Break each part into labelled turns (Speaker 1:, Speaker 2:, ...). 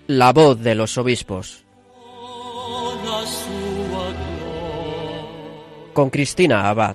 Speaker 1: La voz de los obispos. Con Cristina Abad.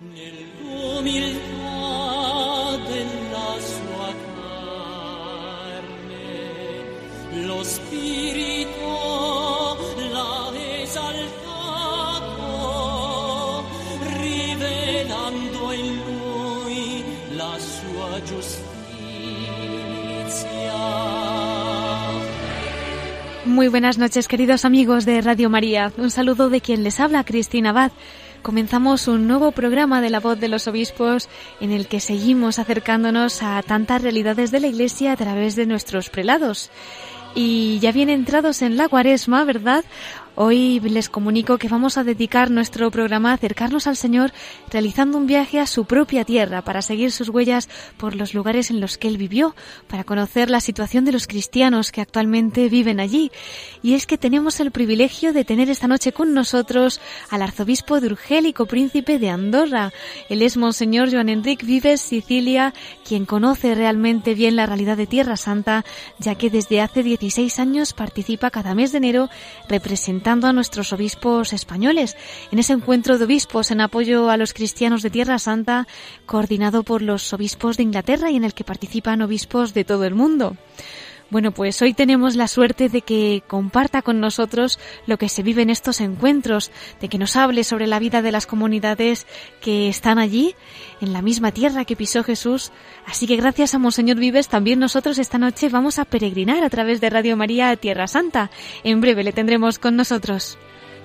Speaker 2: Muy buenas noches, queridos amigos de Radio María. Un saludo de quien les habla, Cristina Abad. Comenzamos un nuevo programa de La Voz de los Obispos en el que seguimos acercándonos a tantas realidades de la Iglesia a través de nuestros prelados. Y ya bien entrados en la Cuaresma, ¿verdad? Hoy les comunico que vamos a dedicar nuestro programa a acercarnos al Señor realizando un viaje a su propia tierra para seguir sus huellas por los lugares en los que Él vivió, para conocer la situación de los cristianos que actualmente viven allí. Y es que tenemos el privilegio de tener esta noche con nosotros al arzobispo de Urgel y copríncipe de Andorra. Él es Monseñor Joan Enric Vives Sicilia, quien conoce realmente bien la realidad de Tierra Santa, ya que desde hace 16 años participa cada mes de enero representando a nuestros obispos españoles en ese encuentro de obispos en apoyo a los cristianos de Tierra Santa, coordinado por los obispos de Inglaterra y en el que participan obispos de todo el mundo. Bueno, pues hoy tenemos la suerte de que comparta con nosotros lo que se vive en estos encuentros, de que nos hable sobre la vida de las comunidades que están allí, en la misma tierra que pisó Jesús. Así que gracias a Monseñor Vives, también nosotros esta noche vamos a peregrinar a través de Radio María a Tierra Santa. En breve le tendremos con nosotros.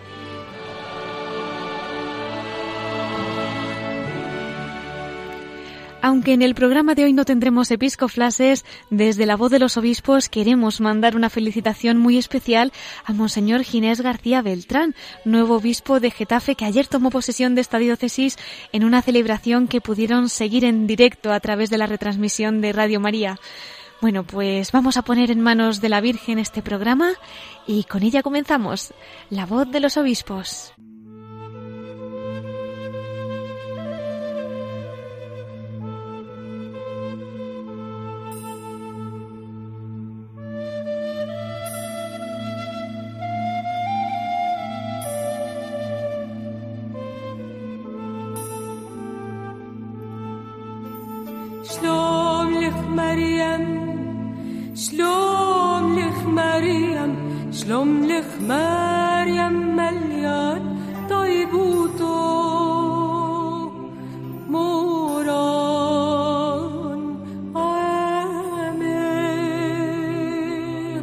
Speaker 2: Aunque en el programa de hoy no tendremos episcoflases, desde La Voz de los Obispos queremos mandar una felicitación muy especial a Monseñor Ginés García Beltrán, nuevo obispo de Getafe, que ayer tomó posesión de esta diócesis en una celebración que pudieron seguir en directo a través de la retransmisión de Radio María. Bueno, pues vamos a poner en manos de la Virgen este programa y con ella comenzamos. La Voz de los Obispos.
Speaker 3: Shalom lech Mariam, Shalom lech Mariam, Shalom lech Mariam, Meliat Taibuto, Moran, Amer.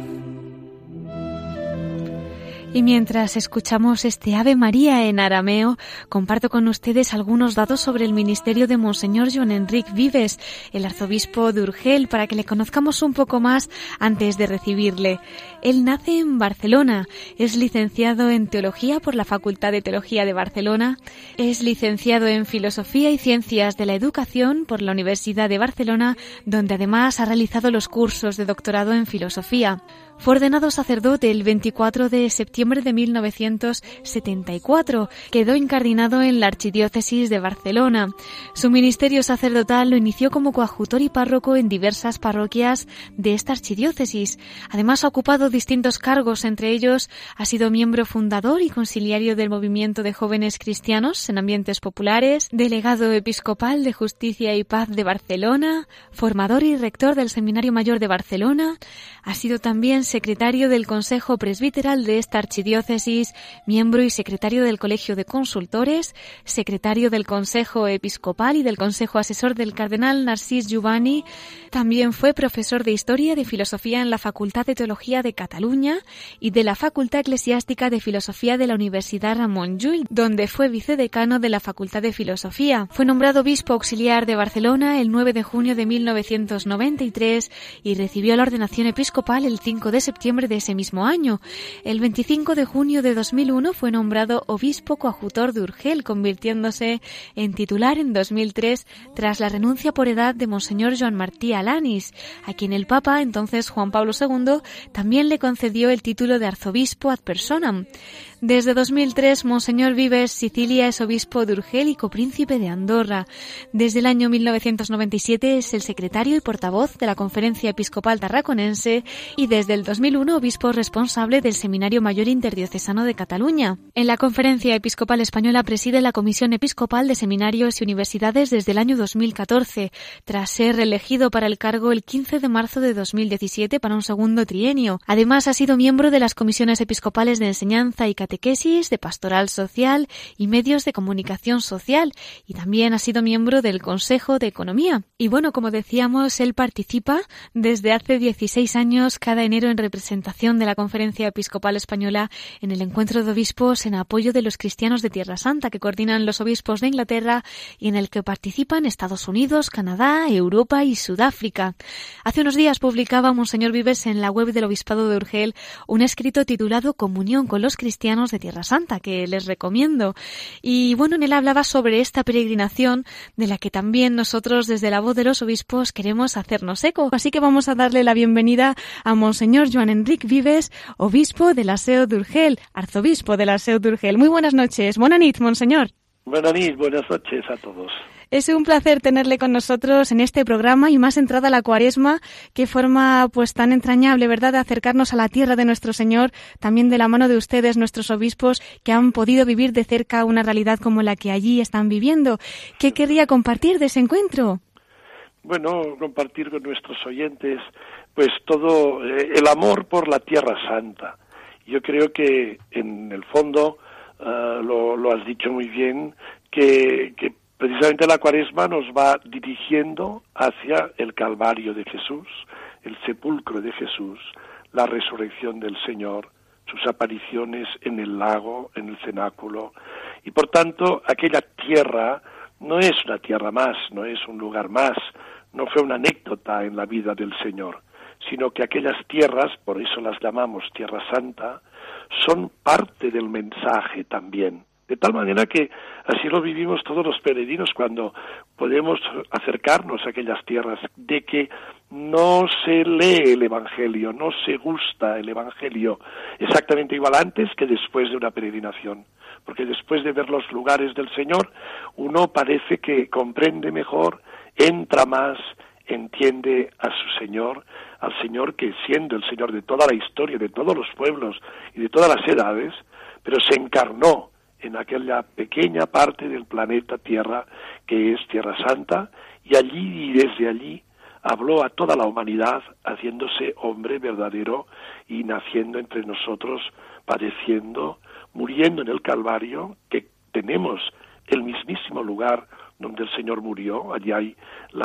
Speaker 2: Y mientras escuchamos este Ave María en arameo, comparto con ustedes algunos datos sobre el ministerio de Monseñor Joan Enric Vives, el arzobispo de Urgel, para que le conozcamos un poco más antes de recibirle. Él nace en Barcelona, es licenciado en Teología por la Facultad de Teología de Barcelona, es licenciado en Filosofía y Ciencias de la Educación por la Universidad de Barcelona, donde además ha realizado los cursos de doctorado en Filosofía. Fue ordenado sacerdote el 24 de septiembre de 1974. Quedó incardinado en la Archidiócesis de Barcelona. Su ministerio sacerdotal lo inició como coadjutor y párroco en diversas parroquias de esta archidiócesis. Además ha ocupado distintos cargos, entre ellos ha sido miembro fundador y conciliario del Movimiento de Jóvenes Cristianos en Ambientes Populares, delegado episcopal de Justicia y Paz de Barcelona, formador y rector del Seminario Mayor de Barcelona. Ha sido también secretario del Consejo Presbiteral de esta archidiócesis, miembro y secretario del Colegio de Consultores, secretario del Consejo Episcopal y del Consejo Asesor del Cardenal Narcís Giovanni. También fue profesor de Historia y de Filosofía en la Facultad de Teología de Cataluña y de la Facultad Eclesiástica de Filosofía de la Universidad Ramon Llull, donde fue vicedecano de la Facultad de Filosofía. Fue nombrado obispo auxiliar de Barcelona el 9 de junio de 1993 y recibió la ordenación episcopal el 5 de septiembre de ese mismo año. El 25 5 de junio de 2001 fue nombrado obispo coadjutor de Urgel, convirtiéndose en titular en 2003 tras la renuncia por edad de Monseñor Joan Martí Alanis, a quien el Papa, entonces Juan Pablo II, también le concedió el título de arzobispo ad personam. Desde 2003, Monseñor Vives Sicilia es obispo de Urgel y copríncipe de Andorra. Desde el año 1997 es el secretario y portavoz de la Conferencia Episcopal Tarraconense y desde el 2001 obispo responsable del Seminario Mayor Interdiocesano de Cataluña. En la Conferencia Episcopal Española preside la Comisión Episcopal de Seminarios y Universidades desde el año 2014, tras ser reelegido para el cargo el 15 de marzo de 2017 para un segundo trienio. Además, ha sido miembro de las comisiones episcopales de enseñanza y catequesis, de pastoral social y medios de comunicación social, y también ha sido miembro del Consejo de Economía. Y bueno, como decíamos, él participa desde hace 16 años cada enero en representación de la Conferencia Episcopal Española en el Encuentro de Obispos en apoyo de los cristianos de Tierra Santa que coordinan los obispos de Inglaterra y en el que participan Estados Unidos, Canadá, Europa y Sudáfrica. Hace unos días publicaba Monseñor Vives en la web del Obispado de Urgel un escrito titulado Comunión con los cristianos de Tierra Santa, que les recomiendo. Y bueno, en él hablaba sobre esta peregrinación de la que también nosotros desde la Voz de los Obispos queremos hacernos eco. Así que vamos a darle la bienvenida a Monseñor Joan Enric Vives, obispo de la Seu d'Urgel, arzobispo de la Seu d'Urgel. Muy buenas noches. Bona nit, Monseñor.
Speaker 4: Buenas noches a todos.
Speaker 2: Es un placer tenerle con nosotros en este programa y más entrada la Cuaresma, que forma pues tan entrañable, ¿verdad?, de acercarnos a la tierra de nuestro Señor, también de la mano de ustedes, nuestros obispos, que han podido vivir de cerca una realidad como la que allí están viviendo. ¿Qué querría compartir de ese encuentro?
Speaker 4: Bueno, compartir con nuestros oyentes pues todo el amor por la Tierra Santa. Yo creo que en el fondo lo has dicho muy bien, que precisamente la Cuaresma nos va dirigiendo hacia el Calvario de Jesús, el sepulcro de Jesús, la resurrección del Señor, sus apariciones en el lago, en el cenáculo, y por tanto aquella tierra no es una tierra más, no es un lugar más, no fue una anécdota en la vida del Señor, sino que aquellas tierras, por eso las llamamos Tierra Santa, son parte del mensaje también. De tal manera que así lo vivimos todos los peregrinos cuando podemos acercarnos a aquellas tierras, de que no se lee el Evangelio, no se gusta el Evangelio exactamente igual antes que después de una peregrinación. Porque después de ver los lugares del Señor, uno parece que comprende mejor, entra más, entiende a su Señor, al Señor que siendo el Señor de toda la historia, de todos los pueblos y de todas las edades, pero se encarnó en aquella pequeña parte del planeta Tierra que es Tierra Santa, y allí y desde allí habló a toda la humanidad, haciéndose hombre verdadero y naciendo entre nosotros, padeciendo, muriendo en el Calvario, que tenemos el mismísimo lugar donde el Señor murió. Allí hay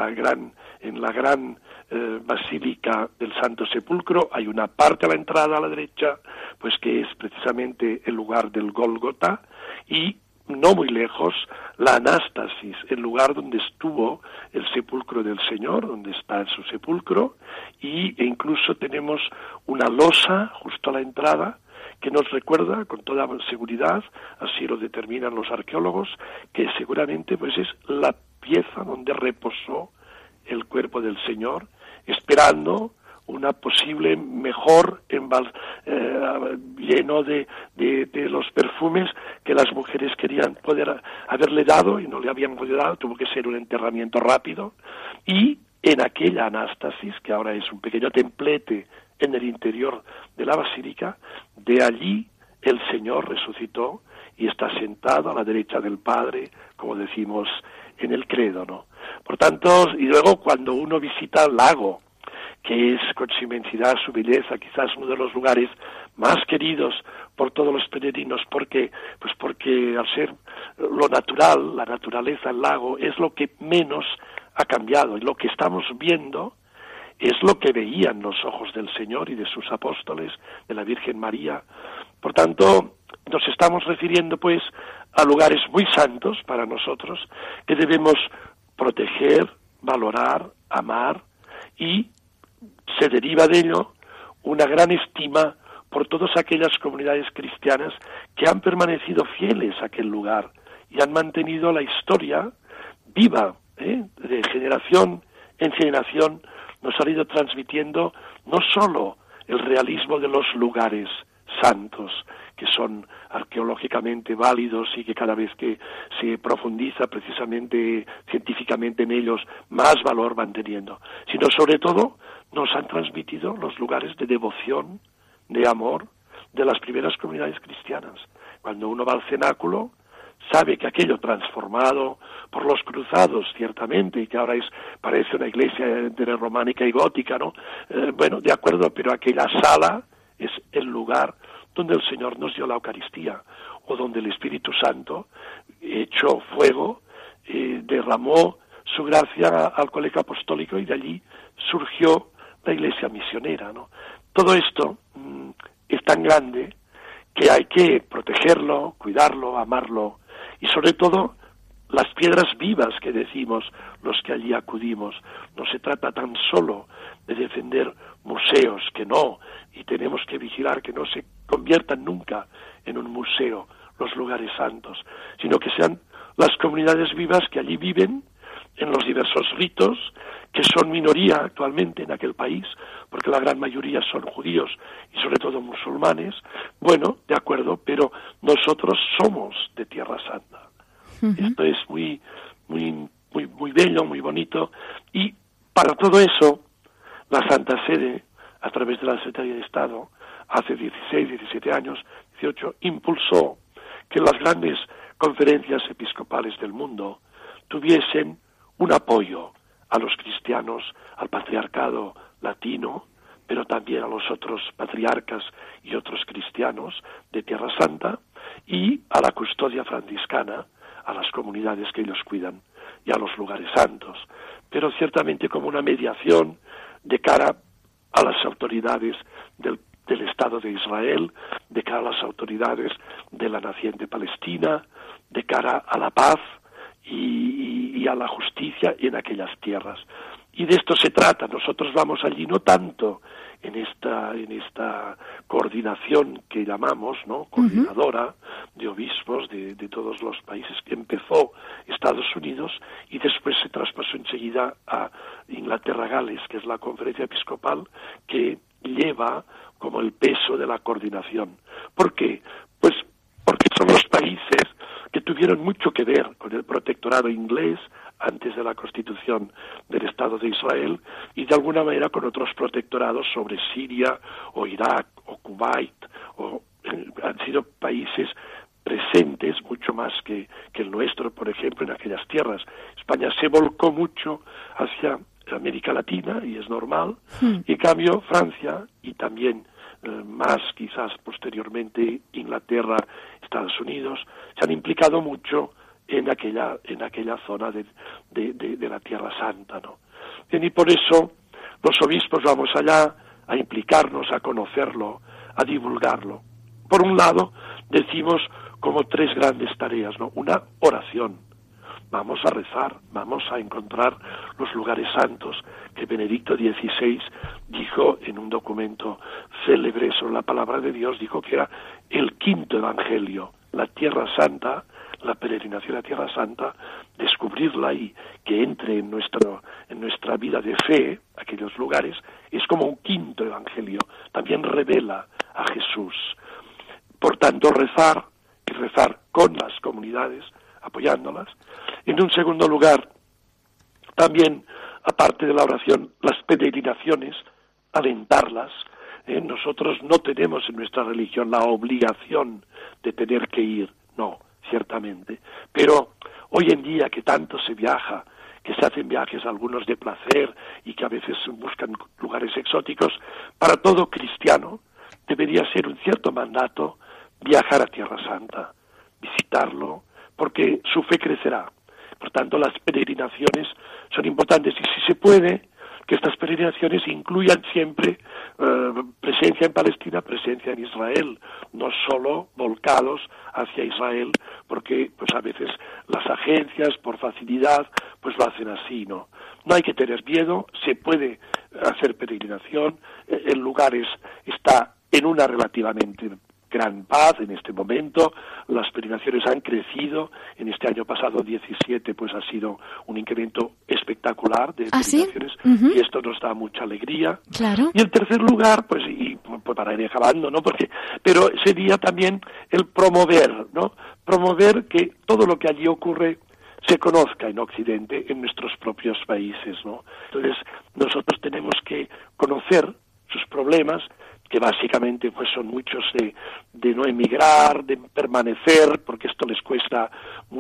Speaker 4: en la gran Basílica del Santo Sepulcro, hay una parte a la entrada a la derecha, pues que es precisamente el lugar del Gólgota, y no muy lejos la Anástasis, el lugar donde estuvo el sepulcro del Señor, donde está su sepulcro, e incluso tenemos una losa justo a la entrada que nos recuerda con toda seguridad, así lo determinan los arqueólogos, que seguramente pues es la pieza donde reposó el cuerpo del Señor, esperando una posible mejor lleno de los perfumes que las mujeres querían poder haberle dado y no le habían podido dar. Tuvo que ser un enterramiento rápido, y en aquella Anástasis, que ahora es un pequeño templete en el interior de la basílica, de allí el Señor resucitó y está sentado a la derecha del Padre, como decimos en el credo, ¿no? Por tanto, y luego cuando uno visita el lago, que es con su inmensidad, su belleza, quizás uno de los lugares más queridos por todos los peregrinos, porque al ser lo natural, la naturaleza, el lago, es lo que menos ha cambiado, y lo que estamos viendo es lo que veían los ojos del Señor y de sus apóstoles, de la Virgen María. Por tanto, nos estamos refiriendo pues a lugares muy santos para nosotros, que debemos proteger, valorar, amar, y se deriva de ello una gran estima por todas aquellas comunidades cristianas que han permanecido fieles a aquel lugar y han mantenido la historia viva, de generación en generación. Nos han ido transmitiendo no solo el realismo de los lugares santos, que son arqueológicamente válidos y que cada vez que se profundiza precisamente científicamente en ellos, más valor van teniendo, sino sobre todo nos han transmitido los lugares de devoción, de amor, de las primeras comunidades cristianas. Cuando uno va al cenáculo, sabe que aquello transformado por los cruzados, ciertamente, y que ahora parece una iglesia entre románica y gótica, ¿no? Bueno, de acuerdo, pero aquella sala es el lugar donde el Señor nos dio la Eucaristía, o donde el Espíritu Santo echó fuego, derramó su gracia al colegio apostólico, y de allí surgió la iglesia misionera, ¿no? Todo esto es tan grande que hay que protegerlo, cuidarlo, amarlo, y sobre todo las piedras vivas que decimos los que allí acudimos. No se trata tan solo de defender museos, que no, y tenemos que vigilar que no se conviertan nunca en un museo los lugares santos, sino que sean las comunidades vivas que allí viven en los diversos ritos, que son minoría actualmente en aquel país, porque la gran mayoría son judíos y sobre todo musulmanes. Bueno, de acuerdo, pero nosotros somos de Tierra Santa. Uh-huh. Esto es muy bello, muy bonito, y para todo eso la Santa Sede, a través de la Secretaría de Estado, hace 16, 17 años, 18, impulsó que las grandes conferencias episcopales del mundo tuviesen un apoyo a los cristianos, al patriarcado latino, pero también a los otros patriarcas y otros cristianos de Tierra Santa, y a la custodia franciscana, a las comunidades que ellos cuidan, y a los lugares santos, pero ciertamente como una mediación de cara a las autoridades del Estado de Israel, de cara a las autoridades de la naciente Palestina, de cara a la paz y a la justicia en aquellas tierras. Y de esto se trata. Nosotros vamos allí no tanto en esta coordinación que llamamos, ¿no?, coordinadora de obispos de todos los países, que empezó Estados Unidos y después se traspasó enseguida a Inglaterra-Gales, que es la conferencia episcopal que lleva como el peso de la coordinación. ¿Por qué? Pues porque son los países que tuvieron mucho que ver con el protectorado inglés antes de la constitución del Estado de Israel, y de alguna manera con otros protectorados sobre Siria o Irak o Kuwait, han sido países presentes mucho más que el nuestro, por ejemplo, en aquellas tierras. España se volcó mucho hacia América Latina, y es normal, y en cambio Francia, y también más quizás posteriormente Inglaterra, Estados Unidos, se han implicado mucho en aquella zona de la Tierra Santa, ¿no? Bien, y por eso los obispos vamos allá a implicarnos, a conocerlo, a divulgarlo. Por un lado, decimos como tres grandes tareas, ¿no? Una, oración. Vamos a rezar, vamos a encontrar los lugares santos que Benedicto XVI dijo en un documento célebre sobre la palabra de Dios, dijo que era el quinto evangelio, la Tierra Santa, la peregrinación a Tierra Santa, descubrirla y que entre en nuestra vida de fe, aquellos lugares, es como un quinto evangelio, también revela a Jesús. Por tanto, rezar, y rezar con las comunidades, apoyándolas. En un segundo lugar, también, aparte de la oración, las peregrinaciones, alentarlas. Nosotros no tenemos en nuestra religión la obligación de tener que ir, no, ciertamente. Pero hoy en día que tanto se viaja, que se hacen viajes algunos de placer y que a veces buscan lugares exóticos, para todo cristiano debería ser un cierto mandato viajar a Tierra Santa, visitarlo, porque su fe crecerá. Por tanto, las peregrinaciones son importantes, y si se puede, que estas peregrinaciones incluyan siempre presencia en Palestina, presencia en Israel, no solo volcados hacia Israel, porque pues a veces las agencias, por facilidad, pues lo hacen así, ¿no? No hay que tener miedo, se puede hacer peregrinación, el lugar está en una relativamente gran paz en este momento. Las peregrinaciones han crecido. En este año pasado 17 pues ha sido un incremento espectacular de peregrinaciones, y esto nos da mucha alegría.
Speaker 2: Claro.
Speaker 4: Y en tercer lugar, pues para ir acabando, ¿no? Pero sería también el promover, ¿no? Promover que todo lo que allí ocurre se conozca en Occidente, en nuestros propios países, ¿no? Entonces, nosotros tenemos que conocer sus problemas, que básicamente pues son muchos de no emigrar, de permanecer, porque esto les cuesta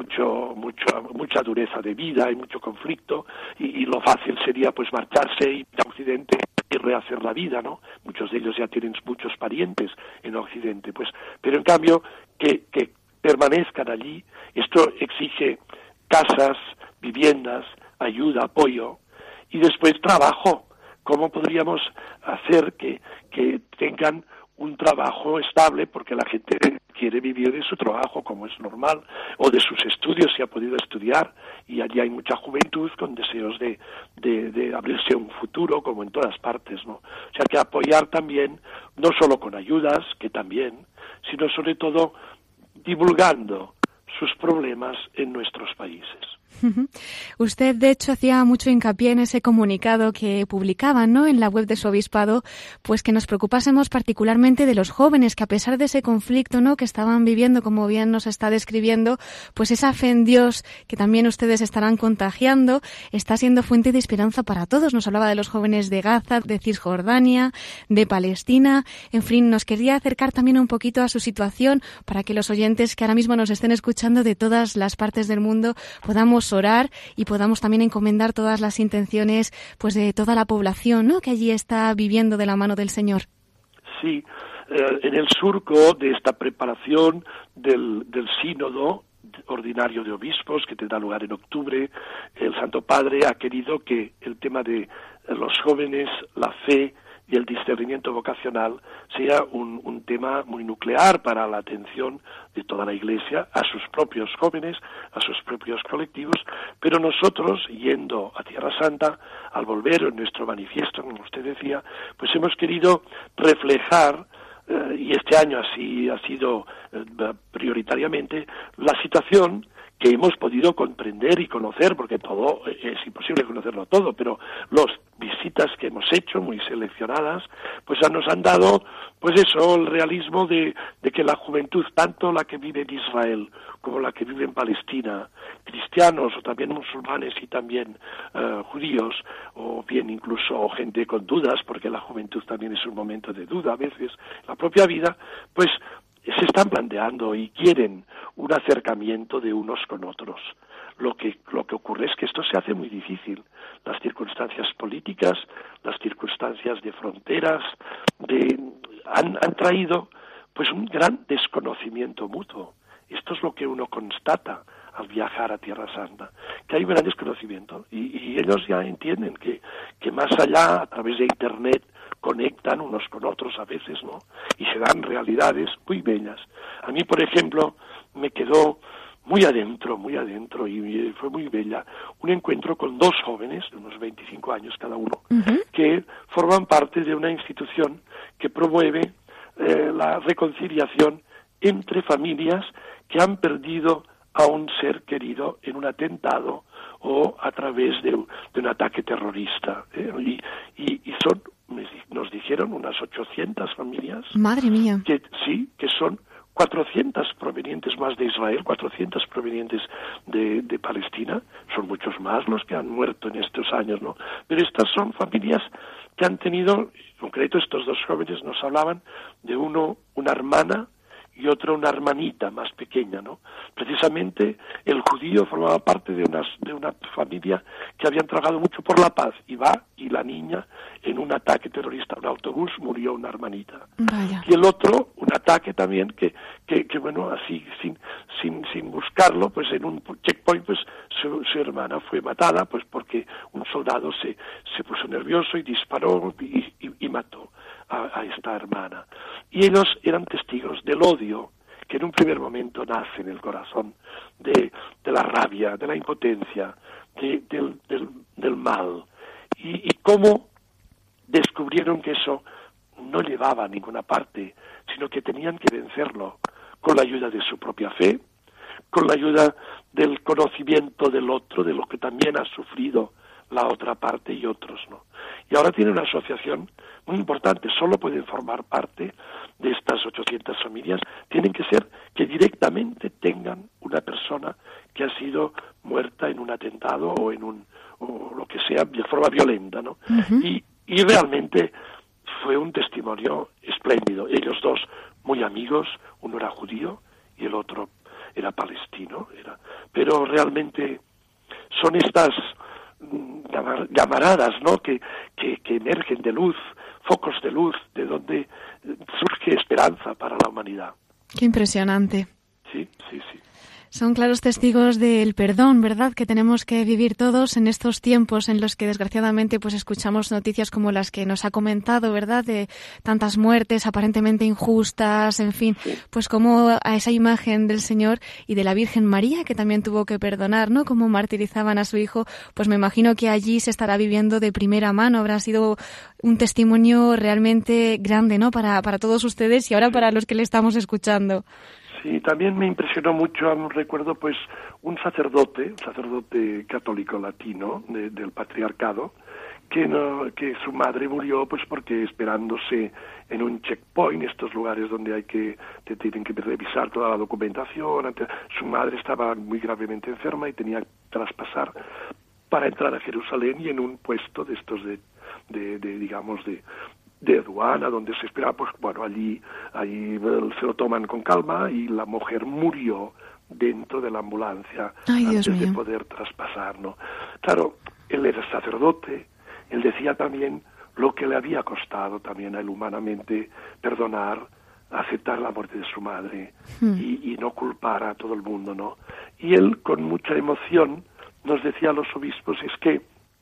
Speaker 4: mucha dureza de vida y mucho conflicto, y lo fácil sería pues marcharse y ir a Occidente y rehacer la vida, ¿no? Muchos de ellos ya tienen muchos parientes en Occidente, pues, pero en cambio que permanezcan allí. Esto exige casas, viviendas, ayuda, apoyo, y después trabajo. ¿Cómo podríamos hacer que tengan un trabajo estable? Porque la gente quiere vivir de su trabajo, como es normal, o de sus estudios, si ha podido estudiar, y allí hay mucha juventud con deseos de abrirse un futuro, como en todas partes, ¿no? O sea, que apoyar también, no solo con ayudas, que también, sino sobre todo divulgando sus problemas en nuestros países.
Speaker 2: Usted, de hecho, hacía mucho hincapié en ese comunicado que publicaban, ¿no?, en la web de su obispado, pues que nos preocupásemos particularmente de los jóvenes, que a pesar de ese conflicto, ¿no?, que estaban viviendo, como bien nos está describiendo, pues esa fe en Dios que también ustedes estarán contagiando está siendo fuente de esperanza para todos. Nos hablaba de los jóvenes de Gaza, de Cisjordania, de Palestina. En fin, nos quería acercar también un poquito a su situación para que los oyentes que ahora mismo nos estén escuchando de todas las partes del mundo podamos orar y podamos también encomendar todas las intenciones pues de toda la población, ¿no?, que allí está viviendo de la mano del Señor.
Speaker 4: Sí, en el surco de esta preparación del sínodo ordinario de obispos que tendrá lugar en octubre, el Santo Padre ha querido que el tema de los jóvenes, la fe y el discernimiento vocacional sea un tema muy nuclear para la atención de toda la Iglesia a sus propios jóvenes, a sus propios colectivos, pero nosotros, yendo a Tierra Santa, al volver en nuestro manifiesto, como usted decía, pues hemos querido reflejar, y este año así ha sido prioritariamente, la situación que hemos podido comprender y conocer, porque todo es imposible conocerlo todo, pero las visitas que hemos hecho, muy seleccionadas, pues nos han dado, pues eso, el realismo de que la juventud, tanto la que vive en Israel como la que vive en Palestina, cristianos o también musulmanes y también judíos, o bien incluso gente con dudas, porque la juventud también es un momento de duda a veces, la propia vida, pues se están planteando y quieren un acercamiento de unos con otros. Lo que ocurre es que esto se hace muy difícil. Las circunstancias políticas, las circunstancias de fronteras, han traído pues un gran desconocimiento mutuo. Esto es lo que uno constata al viajar a Tierra Santa, que hay un gran desconocimiento, y ellos ya entienden que más allá, a través de Internet, conectan unos con otros a veces, ¿no? Y se dan realidades muy bellas. A mí, por ejemplo, me quedó muy adentro, y fue muy bella, un encuentro con dos jóvenes, de unos 25 años cada uno, que forman parte de una institución que promueve la reconciliación entre familias que han perdido a un ser querido en un atentado o a través de un ataque terrorista. Y nos dijeron unas 800 familias.
Speaker 2: Madre mía.
Speaker 4: Que son 400 provenientes más de Israel, 400 provenientes de Palestina. Son muchos más los que han muerto en estos años, ¿no? Pero estas son familias que han tenido, en concreto estos dos jóvenes nos hablaban de uno, una hermana, y otro una hermanita más pequeña, ¿no? Precisamente el judío formaba parte de una familia que habían trabajado mucho por la paz, y la niña en un ataque terrorista a un autobús murió una hermanita.
Speaker 2: Vaya.
Speaker 4: Y el otro, un ataque también que bueno, así sin buscarlo, pues en un checkpoint, pues su hermana fue matada, pues porque un soldado se puso nervioso y disparó y mató a esta hermana. Y ellos eran testigos del odio que en un primer momento nace en el corazón, de la rabia, de la impotencia, del mal, y cómo descubrieron que eso no llevaba a ninguna parte, sino que tenían que vencerlo con la ayuda de su propia fe, con la ayuda del conocimiento del otro, de lo que también ha sufrido la otra parte y otros, ¿no? Y ahora tiene una asociación muy importante, solo pueden formar parte de estas 800 familias, tienen que ser que directamente tengan una persona que ha sido muerta en un atentado o lo que sea, de forma violenta, ¿no?
Speaker 2: Uh-huh.
Speaker 4: Y realmente fue un testimonio espléndido. Ellos dos muy amigos, uno era judío y el otro era palestino, pero realmente son estas llamaradas, ¿no? que emergen de luz, focos de luz, de donde surge esperanza para la humanidad.
Speaker 2: Qué impresionante.
Speaker 4: Sí.
Speaker 2: Son claros testigos del perdón, ¿verdad?, que tenemos que vivir todos en estos tiempos en los que desgraciadamente pues escuchamos noticias como las que nos ha comentado, ¿verdad?, de tantas muertes aparentemente injustas, en fin, pues como a esa imagen del Señor y de la Virgen María, que también tuvo que perdonar, ¿no?, como martirizaban a su hijo, pues me imagino que allí se estará viviendo de primera mano, habrá sido un testimonio realmente grande, ¿no?, para todos ustedes y ahora para los que le estamos escuchando.
Speaker 4: Sí, también me impresionó mucho, recuerdo pues un sacerdote católico latino del patriarcado, que su madre murió pues porque esperándose en un checkpoint, estos lugares donde te tienen que revisar toda la documentación, su madre estaba muy gravemente enferma y tenía que traspasar para entrar a Jerusalén, y en un puesto de estos de aduana, donde se esperaba, pues bueno, allí se lo toman con calma y la mujer murió dentro de la ambulancia.
Speaker 2: Ay,
Speaker 4: antes
Speaker 2: Dios mío.
Speaker 4: de poder traspasar, ¿no? Claro, él era sacerdote, él decía también lo que le había costado también a él humanamente perdonar, aceptar la muerte de su madre y no culpar a todo el mundo, ¿no? Y él, con mucha emoción, nos decía a los obispos, es que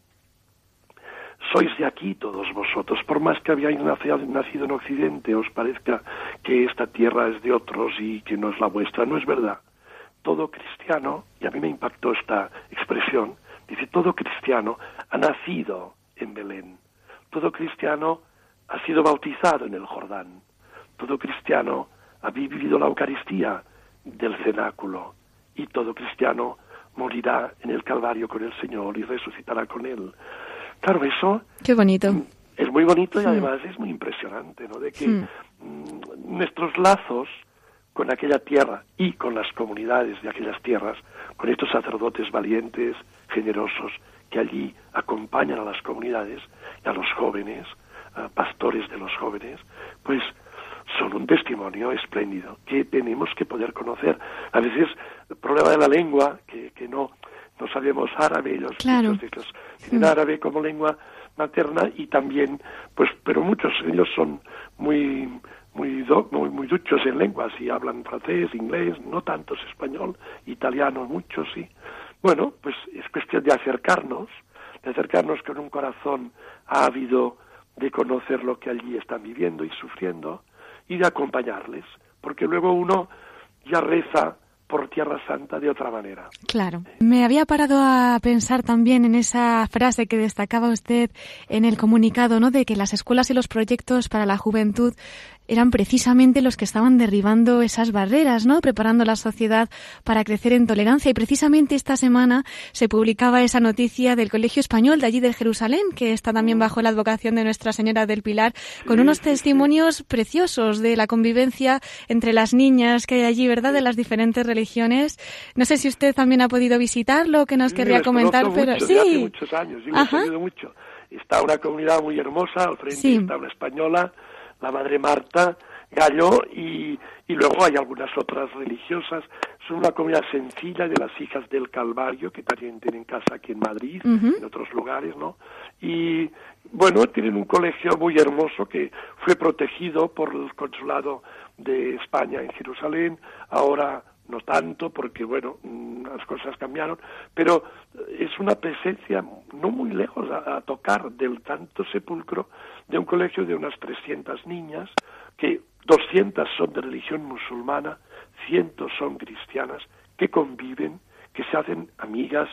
Speaker 4: sois de aquí todos vosotros, por más que habíais nacido en Occidente, os parezca que esta tierra es de otros y que no es la vuestra, no es verdad. Todo cristiano, y a mí me impactó esta expresión, dice, todo cristiano ha nacido en Belén, todo cristiano ha sido bautizado en el Jordán, todo cristiano ha vivido la Eucaristía del cenáculo, y todo cristiano morirá en el Calvario con el Señor y resucitará con Él. Claro, eso
Speaker 2: Qué bonito.
Speaker 4: Es muy bonito y además es muy impresionante, ¿no? De que nuestros lazos con aquella tierra y con las comunidades de aquellas tierras, con estos sacerdotes valientes, generosos, que allí acompañan a las comunidades y a los jóvenes, pastores de los jóvenes, pues son un testimonio espléndido que tenemos que poder conocer. A veces el problema de la lengua, que no sabemos árabe,
Speaker 2: claro.
Speaker 4: Muchos de ellos tienen árabe como lengua materna y también, pues, pero muchos de ellos son muy duchos en lenguas y hablan francés, inglés, no tantos español, italiano, muchos, sí. Bueno, pues es cuestión de acercarnos con un corazón ávido de conocer lo que allí están viviendo y sufriendo y de acompañarles, porque luego uno ya reza por Tierra Santa de otra manera.
Speaker 2: Claro. Me había parado a pensar también en esa frase que destacaba usted en el comunicado, ¿no?, de que las escuelas y los proyectos para la juventud eran precisamente los que estaban derribando esas barreras, ¿no?, preparando la sociedad para crecer en tolerancia. Y precisamente esta semana se publicaba esa noticia del Colegio Español de allí de Jerusalén, que está también bajo la advocación de Nuestra Señora del Pilar, con unos testimonios preciosos de la convivencia entre las niñas que hay allí, ¿verdad?, de las diferentes religiones. No sé si usted también ha podido visitarlo, que nos querría comentar, pero
Speaker 4: mucho,
Speaker 2: sí.
Speaker 4: Hace muchos años, y lo he seguido mucho. Está una comunidad muy hermosa, al frente está una española, la Madre Marta Gallo, y luego hay algunas otras religiosas. Son una comunidad sencilla de las Hijas del Calvario, que también tienen casa aquí en Madrid, en otros lugares, ¿no? Y bueno, tienen un colegio muy hermoso que fue protegido por el Consulado de España en Jerusalén. Ahora no tanto, porque bueno, las cosas cambiaron, pero es una presencia no muy lejos a tocar del Santo Sepulcro, de un colegio de unas 300 niñas, que 200 son de religión musulmana, 100 son cristianas, que conviven, que se hacen amigas,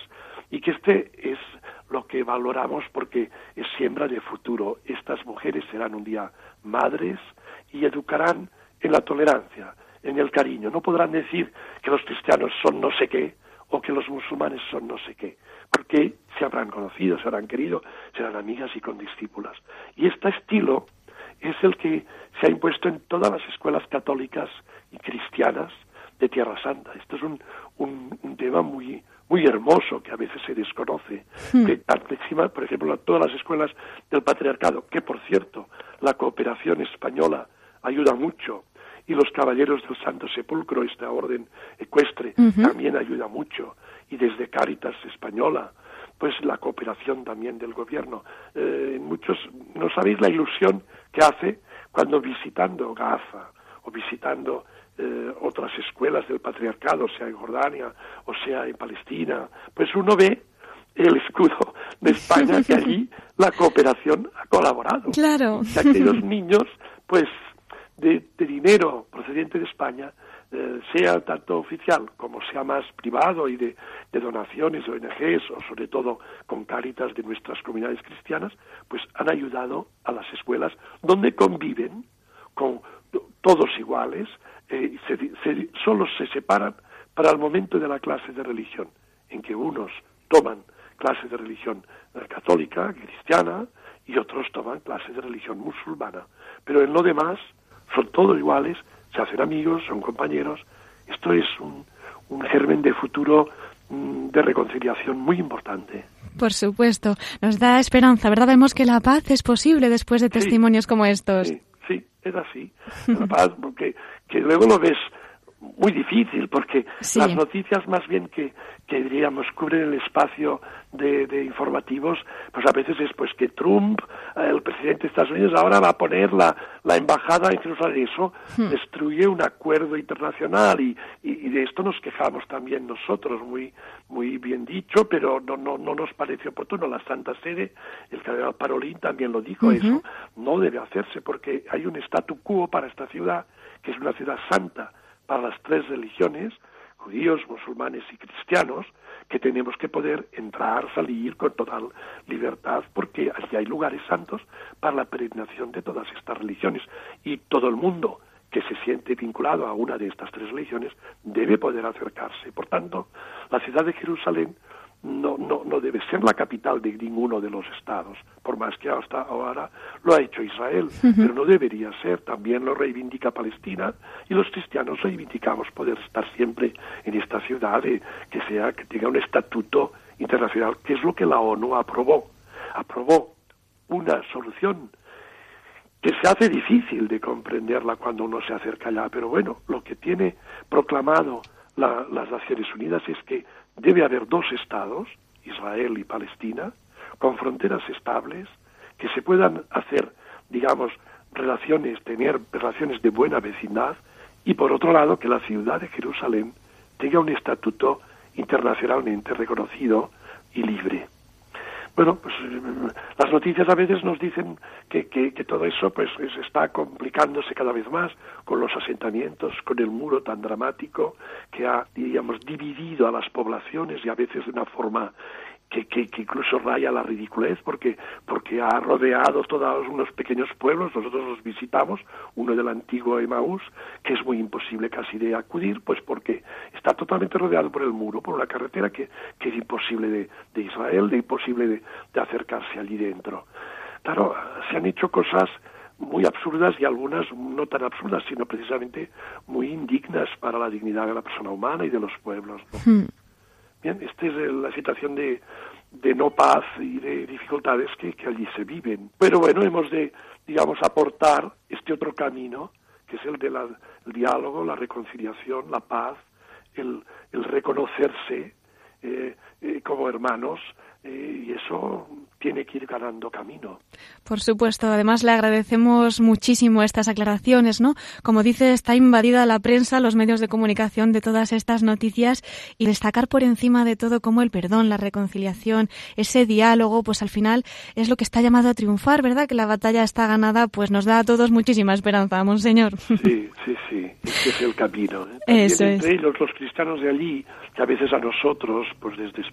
Speaker 4: y que este es lo que valoramos porque es siembra de futuro. Estas mujeres serán un día madres y educarán en la tolerancia, en el cariño. No podrán decir que los cristianos son no sé qué o que los musulmanes son no sé qué, porque se habrán conocido, se habrán querido, serán amigas y condiscípulas. Y este estilo es el que se ha impuesto en todas las escuelas católicas y cristianas de Tierra Santa. Esto es un tema muy hermoso que a veces se desconoce. Que encima, por ejemplo, todas las escuelas del patriarcado, que por cierto, la cooperación española ayuda mucho, y los caballeros del Santo Sepulcro, esta orden ecuestre, también ayuda mucho, y desde Cáritas Española, pues la cooperación también del gobierno. Muchos, no sabéis la ilusión que hace cuando visitando Gaza o visitando otras escuelas del patriarcado, sea en Jordania o sea en Palestina, pues uno ve el escudo de España, que allí la cooperación ha colaborado.
Speaker 2: Claro.
Speaker 4: Y aquellos niños, pues, de dinero procedente de España, sea tanto oficial como sea más privado y de donaciones de ONGs o sobre todo con Cáritas de nuestras comunidades cristianas, pues han ayudado a las escuelas donde conviven con todos iguales, solo se separan para el momento de la clase de religión, en que unos toman clase de religión católica, cristiana, y otros toman clase de religión musulmana. Pero en lo demás son todos iguales, se hacen amigos, son compañeros. Esto es un germen de futuro, de reconciliación muy importante.
Speaker 2: Por supuesto, nos da esperanza, ¿verdad? Vemos que la paz es posible después de testimonios como estos.
Speaker 4: Sí, es así. La paz, porque que luego lo ves muy difícil, porque las noticias más bien que diríamos cubren el espacio de informativos, pues a veces es pues que Trump, el presidente de Estados Unidos, ahora va a poner la embajada en Jerusalén. Eso destruye un acuerdo internacional y de esto nos quejamos también nosotros, muy bien dicho, pero no nos parece oportuno. La Santa Sede, el cardenal Parolin también lo dijo, eso no debe hacerse porque hay un statu quo para esta ciudad, que es una ciudad santa para las tres religiones, judíos, musulmanes y cristianos, que tenemos que poder entrar, salir con total libertad, porque allí hay lugares santos para la peregrinación de todas estas religiones, y todo el mundo que se siente vinculado a una de estas tres religiones debe poder acercarse. Por tanto, la ciudad de Jerusalén no debe ser la capital de ninguno de los estados, por más que hasta ahora lo ha hecho Israel, pero no debería ser. También lo reivindica Palestina, y los cristianos reivindicamos poder estar siempre en esta ciudad, que tenga un estatuto internacional, que es lo que la ONU aprobó una solución que se hace difícil de comprenderla cuando uno se acerca allá, pero bueno, lo que tiene proclamado las Naciones Unidas es que debe haber dos estados, Israel y Palestina, con fronteras estables, que se puedan hacer, digamos, tener relaciones de buena vecindad, y por otro lado que la ciudad de Jerusalén tenga un estatuto internacionalmente reconocido y libre. Bueno, pues las noticias a veces nos dicen que todo eso pues está complicándose cada vez más con los asentamientos, con el muro tan dramático que ha, diríamos, dividido a las poblaciones, y a veces de una forma que incluso raya la ridiculez, porque ha rodeado todos unos pequeños pueblos. Nosotros los visitamos, uno del antiguo Emaús, que es muy imposible casi de acudir, pues porque está totalmente rodeado por el muro, por una carretera que es imposible de Israel, imposible de acercarse allí dentro. Claro, se han hecho cosas muy absurdas, y algunas no tan absurdas, sino precisamente muy indignas para la dignidad de la persona humana y de los pueblos, ¿no? Bien, esta es la situación de no paz y de dificultades que allí se viven. Pero bueno, hemos de, digamos, aportar este otro camino, que es el de el diálogo, la reconciliación, la paz, el reconocerse como hermanos, y eso tiene que ir ganando camino.
Speaker 2: Por supuesto, además le agradecemos muchísimo estas aclaraciones, ¿no? Como dice, está invadida la prensa, los medios de comunicación de todas estas noticias, y destacar por encima de todo cómo el perdón, la reconciliación, ese diálogo, pues al final es lo que está llamado a triunfar, ¿verdad? Que la batalla está ganada, pues nos da a todos muchísima esperanza, monseñor. Sí,
Speaker 4: este es el camino.
Speaker 2: Eso
Speaker 4: entre ellos, los cristianos de allí, que a veces a nosotros, pues desde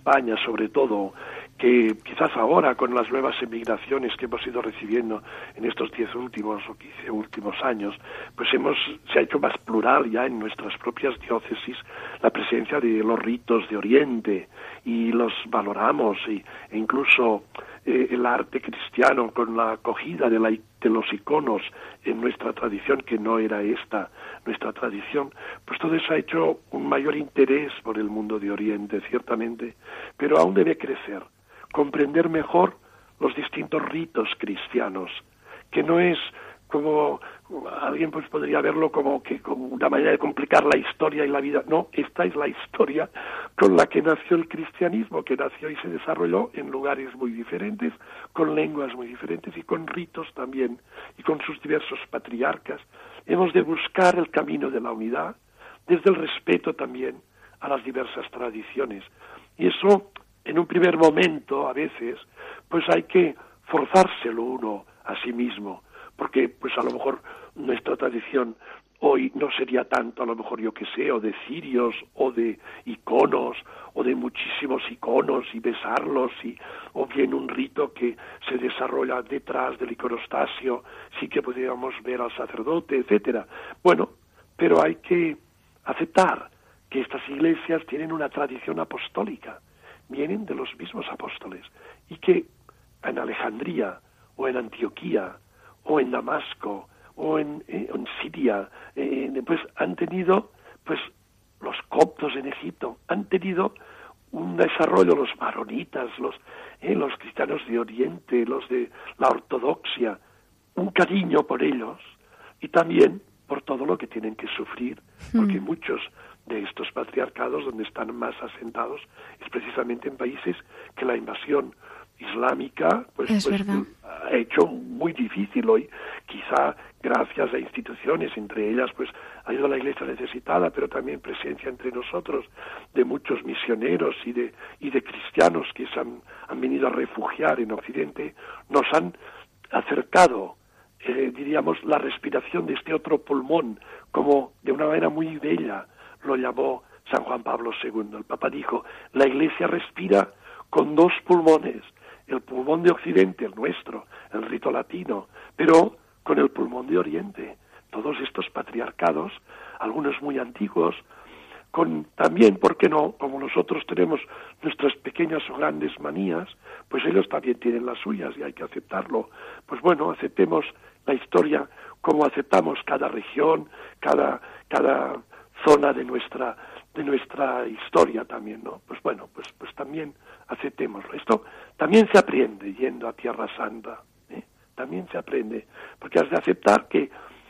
Speaker 4: España sobre todo, que quizás ahora con las nuevas emigraciones que hemos ido recibiendo en estos 10 últimos o 15 últimos años, pues se ha hecho más plural ya en nuestras propias diócesis la presencia de los ritos de Oriente, y los valoramos, e incluso el arte cristiano con la acogida de los iconos en nuestra tradición, que no era esta nuestra tradición, pues todo eso ha hecho un mayor interés por el mundo de Oriente, ciertamente, pero aún debe crecer, comprender mejor los distintos ritos cristianos, que no es como alguien pues podría verlo como una manera de complicar la historia y la vida. No, esta es la historia con la que nació el cristianismo, que nació y se desarrolló en lugares muy diferentes, con lenguas muy diferentes y con ritos también, y con sus diversos patriarcas. Hemos de buscar el camino de la unidad desde el respeto también a las diversas tradiciones. Y eso, en un primer momento, a veces, pues hay que forzárselo uno a sí mismo, porque pues a lo mejor nuestra tradición hoy no sería tanto, a lo mejor yo que sé, o de cirios, o de iconos, o de muchísimos iconos y besarlos, o bien un rito que se desarrolla detrás del iconostasio, sí que podríamos ver al sacerdote, etcétera. Bueno, pero hay que aceptar que estas iglesias tienen una tradición apostólica, vienen de los mismos apóstoles, y que en Alejandría, o en Antioquía, o en Damasco, o en Siria, pues han tenido, pues los coptos en Egipto, han tenido un desarrollo, los maronitas, los cristianos de Oriente, los de la ortodoxia, un cariño por ellos, y también por todo lo que tienen que sufrir, porque muchos de estos patriarcados donde están más asentados es precisamente en países que la invasión islámica pues ha hecho muy difícil hoy, quizá gracias a instituciones, entre ellas pues ayuda a la Iglesia necesitada, pero también presencia entre nosotros de muchos misioneros y de cristianos que se han venido a refugiar en Occidente, nos han acercado diríamos la respiración de este otro pulmón, como de una manera muy bella lo llamó San Juan Pablo II. El Papa dijo, la Iglesia respira con dos pulmones, el pulmón de Occidente, el nuestro, el rito latino, pero con el pulmón de Oriente. Todos estos patriarcados, algunos muy antiguos, con también, ¿por qué no?, como nosotros tenemos nuestras pequeñas o grandes manías, pues ellos también tienen las suyas y hay que aceptarlo. Pues bueno, aceptemos la historia como aceptamos cada región, cada zona de nuestra historia también, ¿no? Pues bueno, pues también aceptémoslo. Esto también se aprende yendo a Tierra Santa, ¿eh? También se aprende, porque has de aceptar que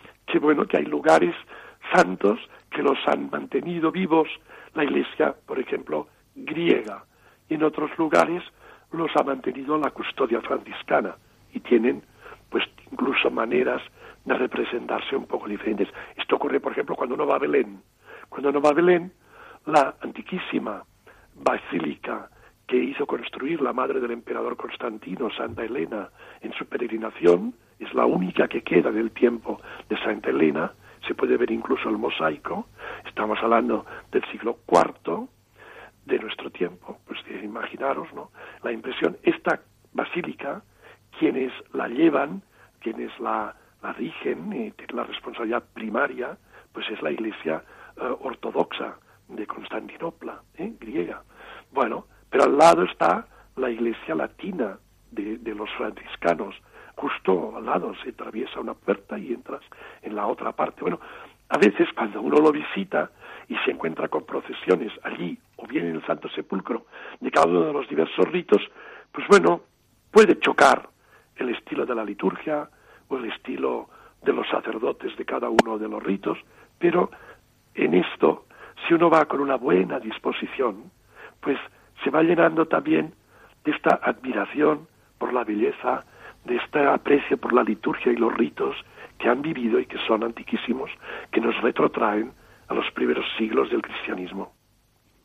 Speaker 4: hay lugares santos que los han mantenido vivos la Iglesia, por ejemplo, griega, y en otros lugares los ha mantenido la custodia franciscana, y tienen pues incluso maneras de representarse un poco diferentes. Esto ocurre, por ejemplo, cuando uno va a Belén. Cuando uno va a Belén, la antiquísima basílica que hizo construir la madre del emperador Constantino, Santa Elena, en su peregrinación, es la única que queda del tiempo de Santa Elena. Se puede ver incluso el mosaico. Estamos hablando del siglo IV de nuestro tiempo, pues imaginaros, ¿no?, la impresión. Esta basílica, quienes la llevan, quienes la rigen y tienen la responsabilidad primaria, pues es la Iglesia ortodoxa de Constantinopla, griega. Bueno, pero al lado está la Iglesia latina de los franciscanos. Justo al lado se atraviesa una puerta y entras en la otra parte. Bueno, a veces cuando uno lo visita y se encuentra con procesiones allí, o bien en el Santo Sepulcro, de cada uno de los diversos ritos, pues bueno, puede chocar el estilo de la liturgia o el estilo de los sacerdotes de cada uno de los ritos, pero en esto, si uno va con una buena disposición, pues se va llenando también de esta admiración por la belleza, de este aprecio por la liturgia y los ritos que han vivido y que son antiquísimos, que nos retrotraen a los primeros siglos del cristianismo.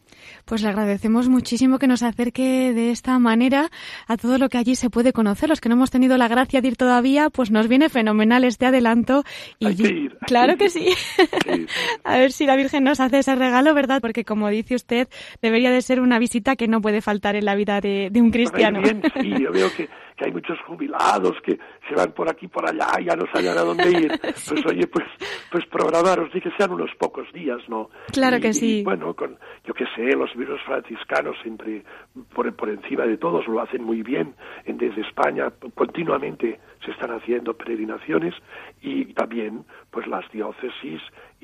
Speaker 2: Pues le agradecemos muchísimo que nos acerque de esta manera a todo lo que allí se puede conocer. Los que no hemos tenido la gracia de ir todavía, pues nos viene fenomenal este adelanto. Y
Speaker 4: hay que ir.
Speaker 2: Claro que sí. Sí. A ver si la Virgen nos hace ese regalo, ¿verdad? Porque como dice usted, debería de ser una visita que no puede faltar en la vida de un cristiano.
Speaker 4: Bien, sí, yo veo que hay muchos jubilados que se van por aquí por allá y ya no saben a dónde ir. Sí. Pues oye, pues programaros, ni que sean unos pocos días, ¿no?
Speaker 2: Claro que sí.
Speaker 4: Y bueno, yo qué sé, los virus franciscanos siempre por encima de todos lo hacen muy bien. Desde España continuamente se están haciendo peregrinaciones y también pues las diócesis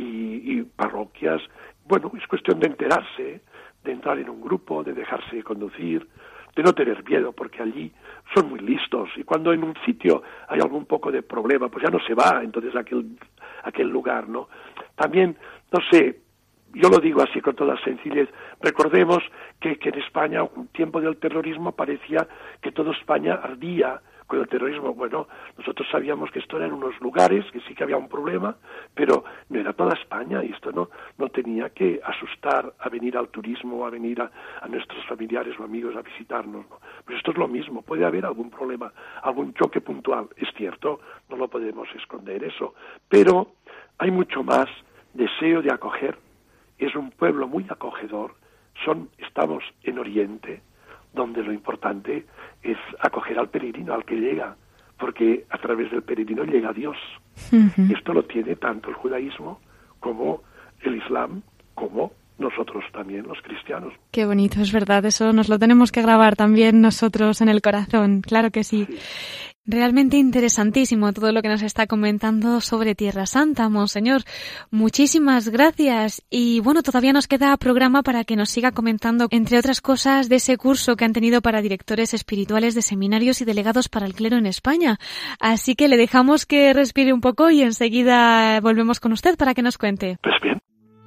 Speaker 4: y parroquias. Bueno, es cuestión de enterarse, de entrar en un grupo, de dejarse conducir, de no tener miedo, porque allí son muy listos, y cuando en un sitio hay algún poco de problema, pues ya no se va entonces a aquel lugar, ¿no? También, no sé, yo lo digo así con toda sencillez, recordemos que en España, un tiempo del terrorismo, parecía que toda España ardía con el terrorismo. Bueno, nosotros sabíamos que esto eran unos lugares, que sí que había un problema, pero no era toda España, y esto no tenía que asustar a venir al turismo, a venir a nuestros familiares o amigos a visitarnos, ¿no? Pues esto es lo mismo, puede haber algún problema, algún choque puntual, es cierto, no lo podemos esconder eso, pero hay mucho más deseo de acoger, es un pueblo muy acogedor, estamos en Oriente, donde lo importante es acoger al peregrino, al que llega, porque a través del peregrino llega a Dios. Uh-huh. Esto lo tiene tanto el judaísmo como el islam, como nosotros también, los cristianos.
Speaker 2: Qué bonito, es verdad, eso nos lo tenemos que grabar también nosotros en el corazón, claro que sí. Realmente interesantísimo todo lo que nos está comentando sobre Tierra Santa, Monseñor. Muchísimas gracias. Y bueno, todavía nos queda programa para que nos siga comentando, entre otras cosas, de ese curso que han tenido para directores espirituales de seminarios y delegados para el clero en España. Así que le dejamos que respire un poco y enseguida volvemos con usted para que nos cuente.
Speaker 4: Pues bien.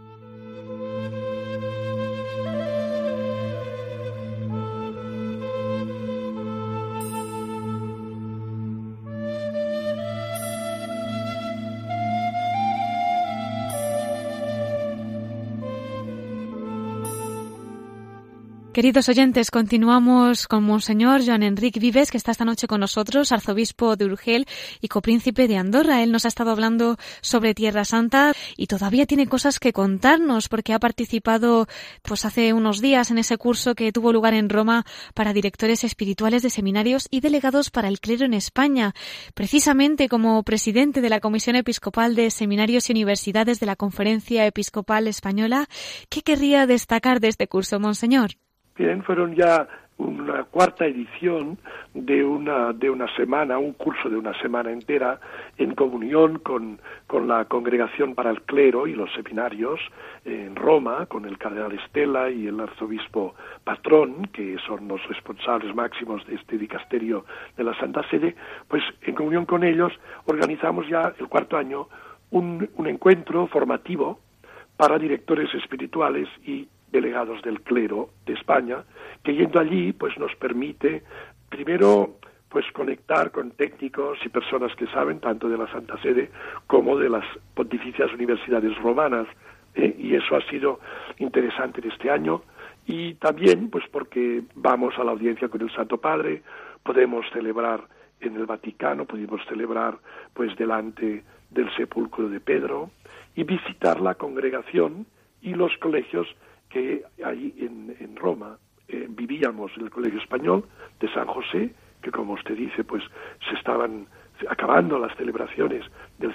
Speaker 2: Queridos oyentes, continuamos con Monseñor Joan Enric Vives, que está esta noche con nosotros, arzobispo de Urgel y copríncipe de Andorra. Él nos ha estado hablando sobre Tierra Santa y todavía tiene cosas que contarnos porque ha participado pues hace unos días en ese curso que tuvo lugar en Roma para directores espirituales de seminarios y delegados para el clero en España. Precisamente como presidente de la Comisión Episcopal de Seminarios y Universidades de la Conferencia Episcopal Española, ¿qué querría destacar de este curso, Monseñor?
Speaker 4: Bien, fueron ya una cuarta edición de una semana, un curso de una semana entera en comunión con la Congregación para el Clero y los seminarios en Roma, con el cardenal Estela y el arzobispo Patrón, que son los responsables máximos de este dicasterio de la Santa Sede. Pues en comunión con ellos organizamos ya el cuarto año un encuentro formativo para directores espirituales y delegados del clero de España, que yendo allí pues nos permite primero pues conectar con técnicos y personas que saben tanto de la Santa Sede como de las pontificias universidades romanas, y eso ha sido interesante en este año, y también pues porque vamos a la audiencia con el Santo Padre, podemos celebrar en el Vaticano, pudimos celebrar pues delante del sepulcro de Pedro y visitar la congregación y los colegios que ahí en Roma vivíamos, en el Colegio Español de San José, que como usted dice, pues se estaban acabando las celebraciones del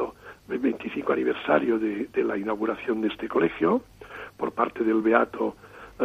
Speaker 4: 125 aniversario de la inauguración de este colegio, por parte del beato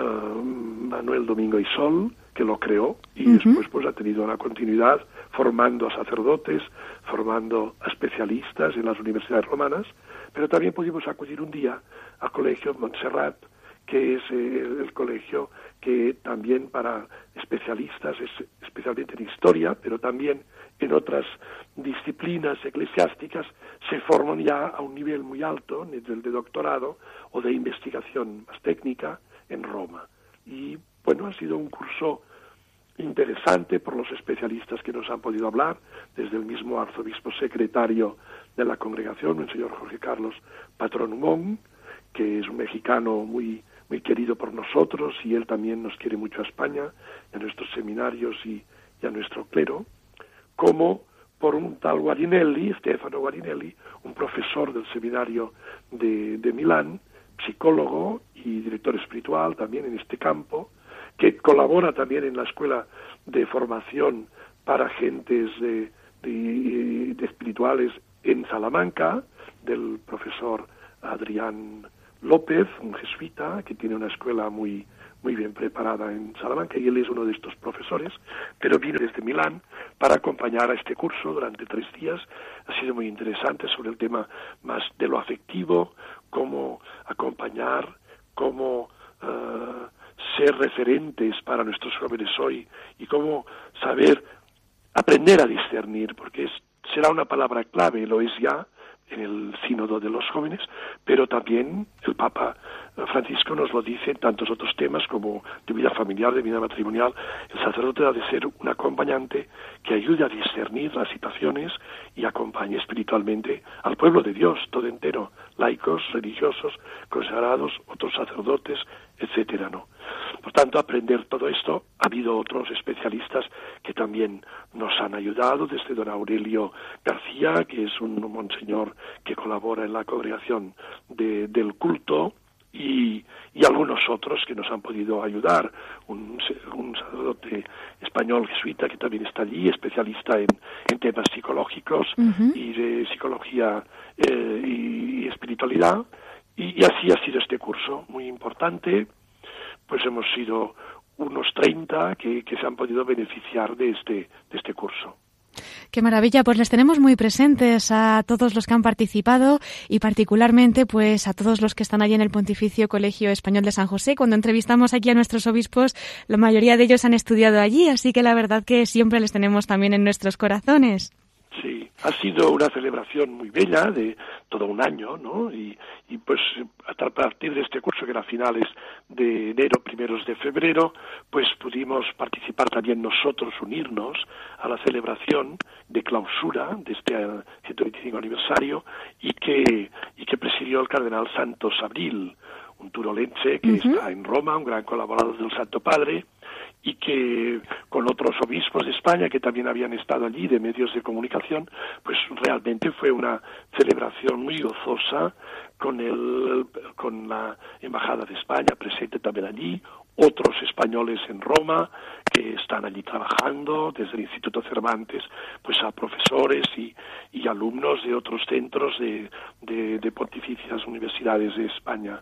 Speaker 4: Manuel Domingo y Sol, que lo creó, y después pues ha tenido una continuidad formando a sacerdotes, formando a especialistas en las universidades romanas, pero también pudimos acudir un día al Colegio Montserrat, que es el colegio que también para especialistas, especialmente en historia, pero también en otras disciplinas eclesiásticas, se forman ya a un nivel muy alto, nivel de doctorado o de investigación más técnica en Roma. Y bueno, ha sido un curso interesante por los especialistas que nos han podido hablar, desde el mismo arzobispo secretario de la congregación, el señor Jorge Carlos Patrón Humón, que es un mexicano muy muy querido por nosotros, y él también nos quiere mucho a España, a nuestros seminarios y a nuestro clero, como por un tal Guarinelli, Stefano Guarinelli, un profesor del seminario de Milán, psicólogo y director espiritual también en este campo, que colabora también en la escuela de formación para gentes de espirituales en Salamanca, del profesor Adrián López, un jesuita que tiene una escuela muy bien preparada en Salamanca, y él es uno de estos profesores, pero vino desde Milán para acompañar a este curso durante 3 días. Ha sido muy interesante sobre el tema más de lo afectivo, cómo acompañar, cómo ser referentes para nuestros jóvenes hoy, y cómo saber aprender a discernir, porque será una palabra clave, lo es ya en el sínodo de los jóvenes, pero también el Papa Francisco nos lo dice en tantos otros temas como de vida familiar, de vida matrimonial. El sacerdote ha de ser un acompañante que ayude a discernir las situaciones y acompañe espiritualmente al pueblo de Dios todo entero, laicos, religiosos, consagrados, otros sacerdotes, etcétera, ¿no? Por tanto, aprender todo esto, ha habido otros especialistas que también nos han ayudado, desde don Aurelio García, que es un monseñor que colabora en la congregación del culto, y algunos otros que nos han podido ayudar, un sacerdote español jesuita que también está allí, especialista en temas psicológicos y de psicología y espiritualidad, y así ha sido este curso, muy importante. Pues hemos sido unos 30 que se han podido beneficiar de este curso.
Speaker 2: Qué maravilla, pues les tenemos muy presentes a todos los que han participado, y particularmente pues a todos los que están allí en el Pontificio Colegio Español de San José. Cuando entrevistamos aquí a nuestros obispos, la mayoría de ellos han estudiado allí, así que la verdad que siempre les tenemos también en nuestros corazones.
Speaker 4: Sí, ha sido una celebración muy bella de todo un año, ¿no? Y pues a partir de este curso, que era a finales de enero, primeros de febrero, pues pudimos participar también nosotros, unirnos a la celebración de clausura de este 125 aniversario, y que presidió el cardenal Santos Abril, un turolense que está en Roma, un gran colaborador del Santo Padre, y que con otros obispos de España que también habían estado allí, de medios de comunicación, pues realmente fue una celebración muy gozosa, con la Embajada de España presente también allí, otros españoles en Roma que están allí trabajando, desde el Instituto Cervantes, pues a profesores y alumnos de otros centros de pontificias universidades de España,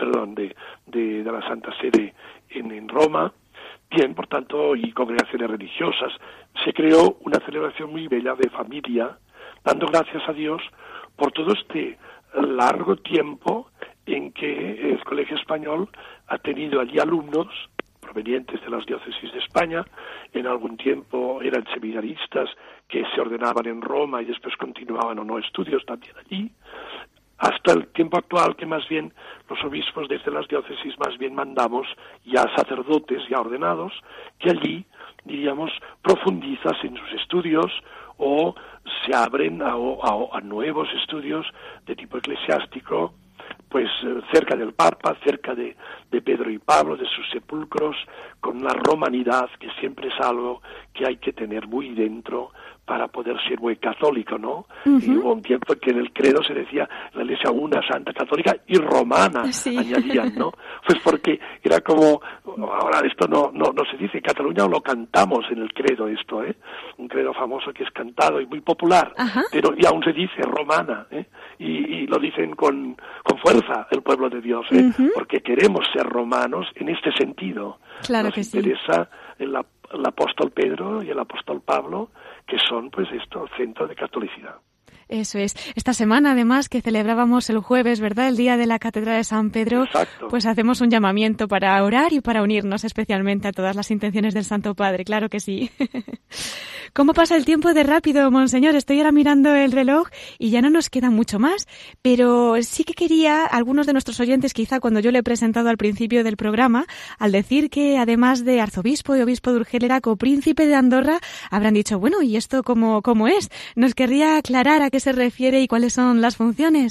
Speaker 4: de la Santa Sede en Roma. Bien, por tanto, y congregaciones religiosas. Se creó una celebración muy bella de familia, dando gracias a Dios por todo este largo tiempo en que el Colegio Español ha tenido allí alumnos provenientes de las diócesis de España. En algún tiempo eran seminaristas que se ordenaban en Roma y después continuaban o no estudios también allí, hasta el tiempo actual, que más bien los obispos desde las diócesis más bien mandamos ya sacerdotes ya ordenados, que allí, diríamos, profundizan en sus estudios o se abren a nuevos estudios de tipo eclesiástico, pues cerca del Papa, cerca de Pedro y Pablo, de sus sepulcros, con la romanidad, que siempre es algo que hay que tener muy dentro para poder ser muy católico, ¿no? Y hubo un tiempo en que en el credo se decía la Iglesia una, santa, católica y romana, sí. Añadían, ¿no? Pues porque era como, ahora esto no se dice, en Cataluña lo cantamos en el credo esto, un credo famoso que es cantado y muy popular, pero y aún se dice romana, y lo dicen con fuerza el pueblo de Dios, porque queremos ser romanos en este sentido.
Speaker 2: Claro
Speaker 4: Nos
Speaker 2: que sí.
Speaker 4: interesa el apóstol Pedro y el apóstol Pablo, que son, pues esto, centro de catolicidad.
Speaker 2: Eso es. Esta semana, además, que celebrábamos el jueves, ¿verdad?, el Día de la Catedral de San Pedro.
Speaker 4: Exacto.
Speaker 2: Pues hacemos un llamamiento para orar y para unirnos especialmente a todas las intenciones del Santo Padre, claro que sí. ¿Cómo pasa el tiempo de rápido, Monseñor? Estoy ahora mirando el reloj y ya no nos queda mucho más, pero sí que quería, algunos de nuestros oyentes, quizá cuando yo le he presentado al principio del programa, al decir que además de arzobispo y obispo de Urgel era copríncipe de Andorra, habrán dicho, bueno, ¿y esto cómo es? ¿Nos querría aclarar a qué se refiere y cuáles son las funciones?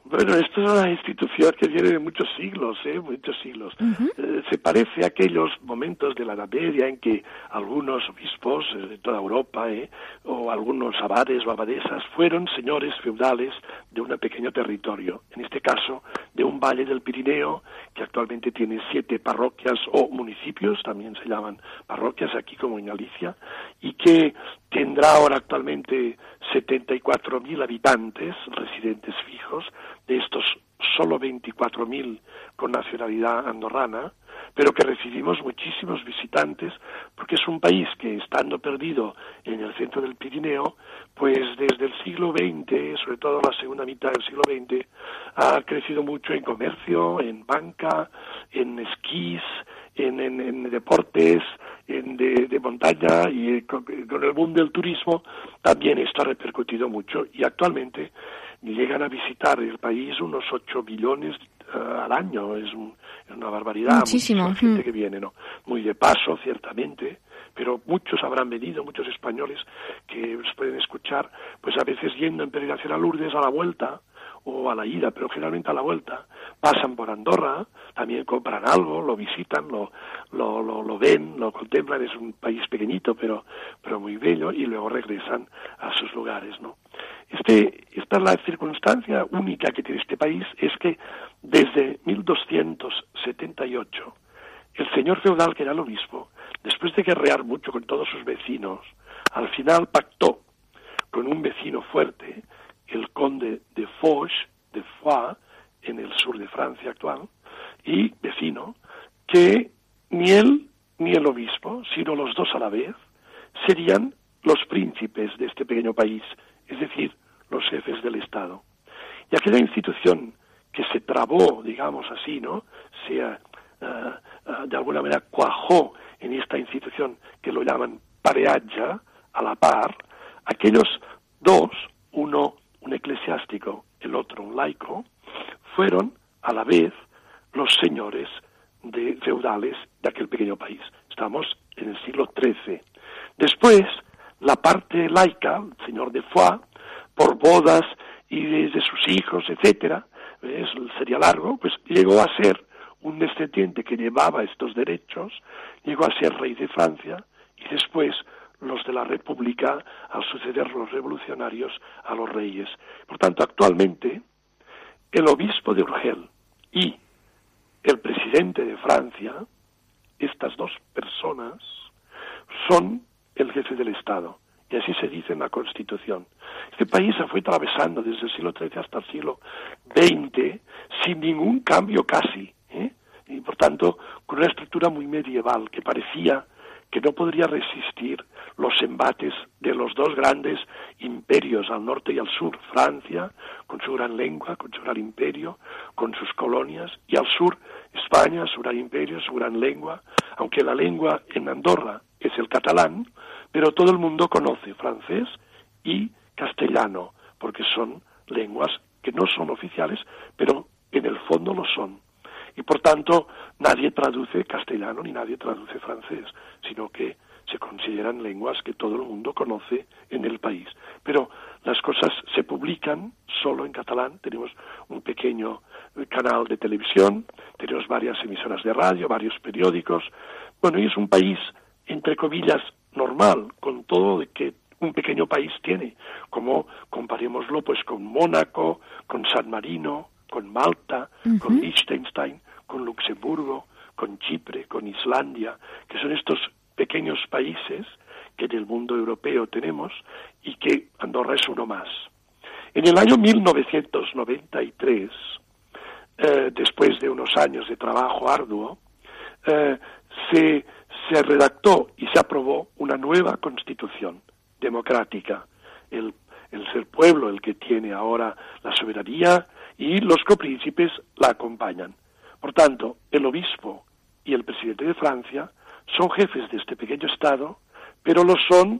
Speaker 4: Bueno, esto es una institución que viene de muchos siglos, muchos siglos. Se parece a aquellos momentos de la Edad Media en que algunos obispos de toda Europa, o algunos abades o abadesas, fueron señores feudales de un pequeño territorio, en este caso de un valle del Pirineo, que actualmente tiene 7 parroquias o municipios, también se llaman parroquias aquí como en Galicia, y que tendrá ahora actualmente 74.000 habitantes, residentes fijos, de estos solo 24.000 con nacionalidad andorrana, pero que recibimos muchísimos visitantes, porque es un país que, estando perdido en el centro del Pirineo, pues desde el siglo XX, sobre todo la segunda mitad del siglo XX, ha crecido mucho en comercio, en banca, en esquís, en deportes, de montaña, y con el boom del turismo también esto ha repercutido mucho, y actualmente llegan a visitar el país unos 8 millones al año. Es una barbaridad.
Speaker 2: Muchísima
Speaker 4: gente que viene, ¿no? Muy de paso, ciertamente, pero muchos habrán venido, muchos españoles que nos pueden escuchar, pues a veces yendo en peregrinación a Lourdes a la vuelta, o a la ida, pero generalmente a la vuelta, pasan por Andorra, también compran algo, lo visitan, lo ven, lo contemplan. Es un país pequeñito, pero muy bello, y luego regresan a sus lugares, ¿no? Esta es la circunstancia única que tiene este país, es que desde 1278 el señor feudal, que era el obispo, después de guerrear mucho con todos sus vecinos, al final pactó con un vecino fuerte, el conde de Foix, en el sur de Francia actual, y vecino, que ni él ni el obispo, sino los dos a la vez, serían los príncipes de este pequeño país, es decir, los jefes del Estado. Y aquella institución que se trabó, digamos así, ¿no?, de alguna manera cuajó en esta institución que lo llaman pareatge, a la par, aquellos dos, uno un eclesiástico, el otro un laico, fueron a la vez los señores feudales de aquel pequeño país. Estamos en el siglo XIII. Después, la parte laica, el señor de Foix, por bodas y de sus hijos, etcétera, sería largo, pues llegó a ser un descendiente que llevaba estos derechos, llegó a ser rey de Francia, y después los de la República, al suceder los revolucionarios, a los reyes. Por tanto, actualmente, el obispo de Urgel y el presidente de Francia, estas dos personas, son el jefe del Estado, y así se dice en la Constitución. Este país se fue atravesando desde el siglo XIII hasta el siglo XX sin ningún cambio casi, y por tanto con una estructura muy medieval que parecía que no podría resistir los embates de los dos grandes imperios al norte y al sur, Francia, con su gran lengua, con su gran imperio, con sus colonias, y al sur, España, su gran imperio, su gran lengua, aunque la lengua en Andorra es el catalán, pero todo el mundo conoce francés y castellano, porque son lenguas que no son oficiales, pero en el fondo lo son. Y por tanto, nadie traduce castellano ni nadie traduce francés, sino que se consideran lenguas que todo el mundo conoce en el país. Pero las cosas se publican solo en catalán. Tenemos un pequeño canal de televisión, tenemos varias emisoras de radio, varios periódicos. Bueno, y es un país, entre comillas, normal, con todo de que un pequeño país tiene, como comparémoslo pues con Mónaco, con San Marino, con Malta, con Liechtenstein, con Luxemburgo, con Chipre, con Islandia, que son estos pequeños países que en el mundo europeo tenemos, y que Andorra es uno más. En el año 1993, después de unos años de trabajo arduo, se redactó y se aprobó una nueva Constitución democrática. El ser pueblo el que tiene ahora la soberanía, y los copríncipes la acompañan. Por tanto, el obispo y el presidente de Francia son jefes de este pequeño Estado, pero lo son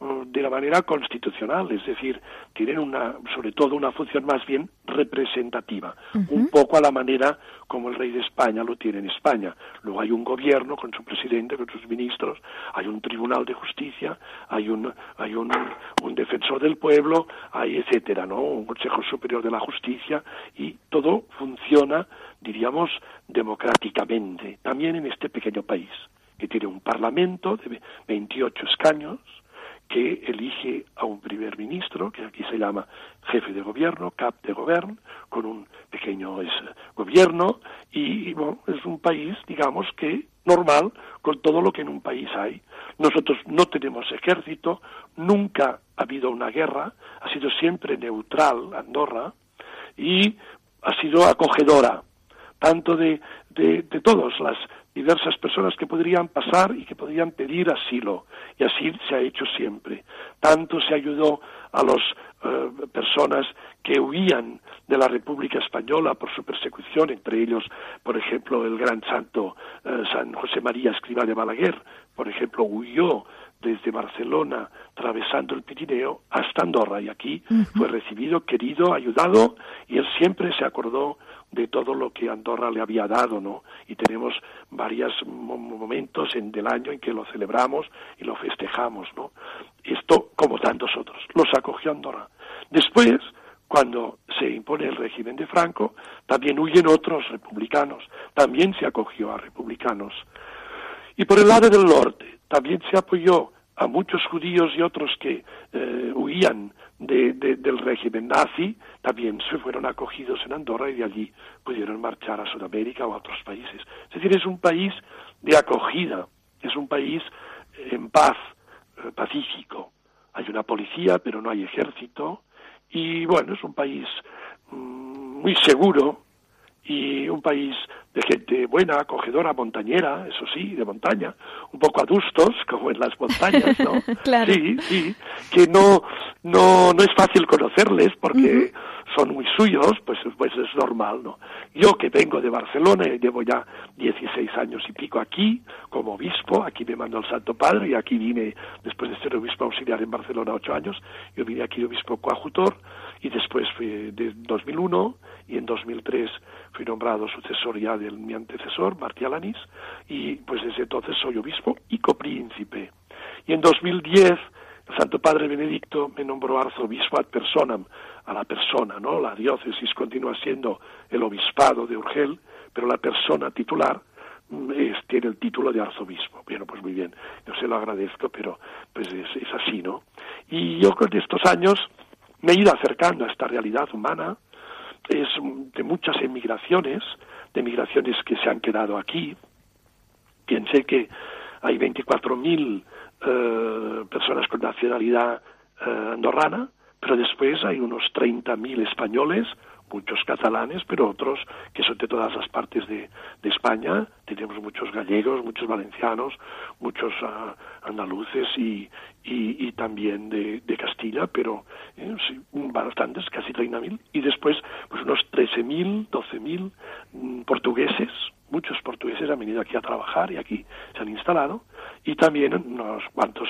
Speaker 4: de la manera constitucional, es decir, tienen sobre todo una función más bien representativa, un poco a la manera como el rey de España lo tiene en España. Luego hay un gobierno con su presidente, con sus ministros, hay un tribunal de justicia, hay un defensor del pueblo, hay etcétera, ¿no? Un Consejo Superior de la Justicia, y todo funciona, diríamos, democráticamente, también en este pequeño país, que tiene un parlamento de 28 escaños, que elige a un primer ministro, que aquí se llama jefe de gobierno, cap de govern, con un pequeño gobierno, y bueno, es un país, digamos, que normal, con todo lo que en un país hay. Nosotros no tenemos ejército, nunca ha habido una guerra, ha sido siempre neutral Andorra, y ha sido acogedora, tanto de todas las diversas personas que podrían pasar y que podrían pedir asilo, y así se ha hecho siempre. Tanto se ayudó a las personas que huían de la República Española por su persecución, entre ellos, por ejemplo, el gran santo San José María Escrivá de Balaguer, por ejemplo, huyó desde Barcelona, atravesando el Pirineo, hasta Andorra, y aquí fue recibido, querido, ayudado, y él siempre se acordó de todo lo que Andorra le había dado, ¿no? Y tenemos varios momentos del año en que lo celebramos y lo festejamos, ¿no? Esto, como tantos otros, los acogió Andorra. Después, cuando se impone el régimen de Franco, también huyen otros republicanos, también se acogió a republicanos. Y por el lado del norte, también se apoyó a muchos judíos y otros que huían del régimen nazi, también se fueron acogidos en Andorra y de allí pudieron marchar a Sudamérica o a otros países. Es decir, es un país de acogida, es un país en paz, pacífico. Hay una policía, pero no hay ejército, y bueno, es un país muy seguro, y un país de gente buena, acogedora, montañera, eso sí, de montaña, un poco adustos, como en las montañas, ¿no?
Speaker 2: Claro.
Speaker 4: Sí, que no es fácil conocerles porque son muy suyos, pues es normal, ¿no? Yo que vengo de Barcelona y llevo ya 16 años y pico aquí, como obispo, aquí me mandó el Santo Padre, y aquí vine, después de ser obispo auxiliar en Barcelona 8 años, yo vine aquí obispo coadjutor, y después fui de 2001, y en 2003 fui nombrado sucesor ya de mi antecesor, Martí Alanís, y pues desde entonces soy obispo y copríncipe. Y en 2010 el Santo Padre Benedicto me nombró arzobispo ad personam, a la persona, ¿no? La diócesis continúa siendo el obispado de Urgel, pero la persona titular tiene el título de arzobispo. Bueno, pues muy bien, yo se lo agradezco, pero pues es así, ¿no? Y yo con estos años me he ido acercando a esta realidad humana, es de muchas emigraciones, de migraciones que se han quedado aquí. Piense que hay 24.000 personas con nacionalidad andorrana, pero después hay unos 30.000 españoles, muchos catalanes, pero otros que son de todas las partes de España. Tenemos muchos gallegos, muchos valencianos, muchos andaluces y también de Castilla, pero sí, bastantes, casi 30.000. Y después pues unos 13.000, 12.000 portugueses. Muchos portugueses han venido aquí a trabajar y aquí se han instalado. Y también unos cuantos,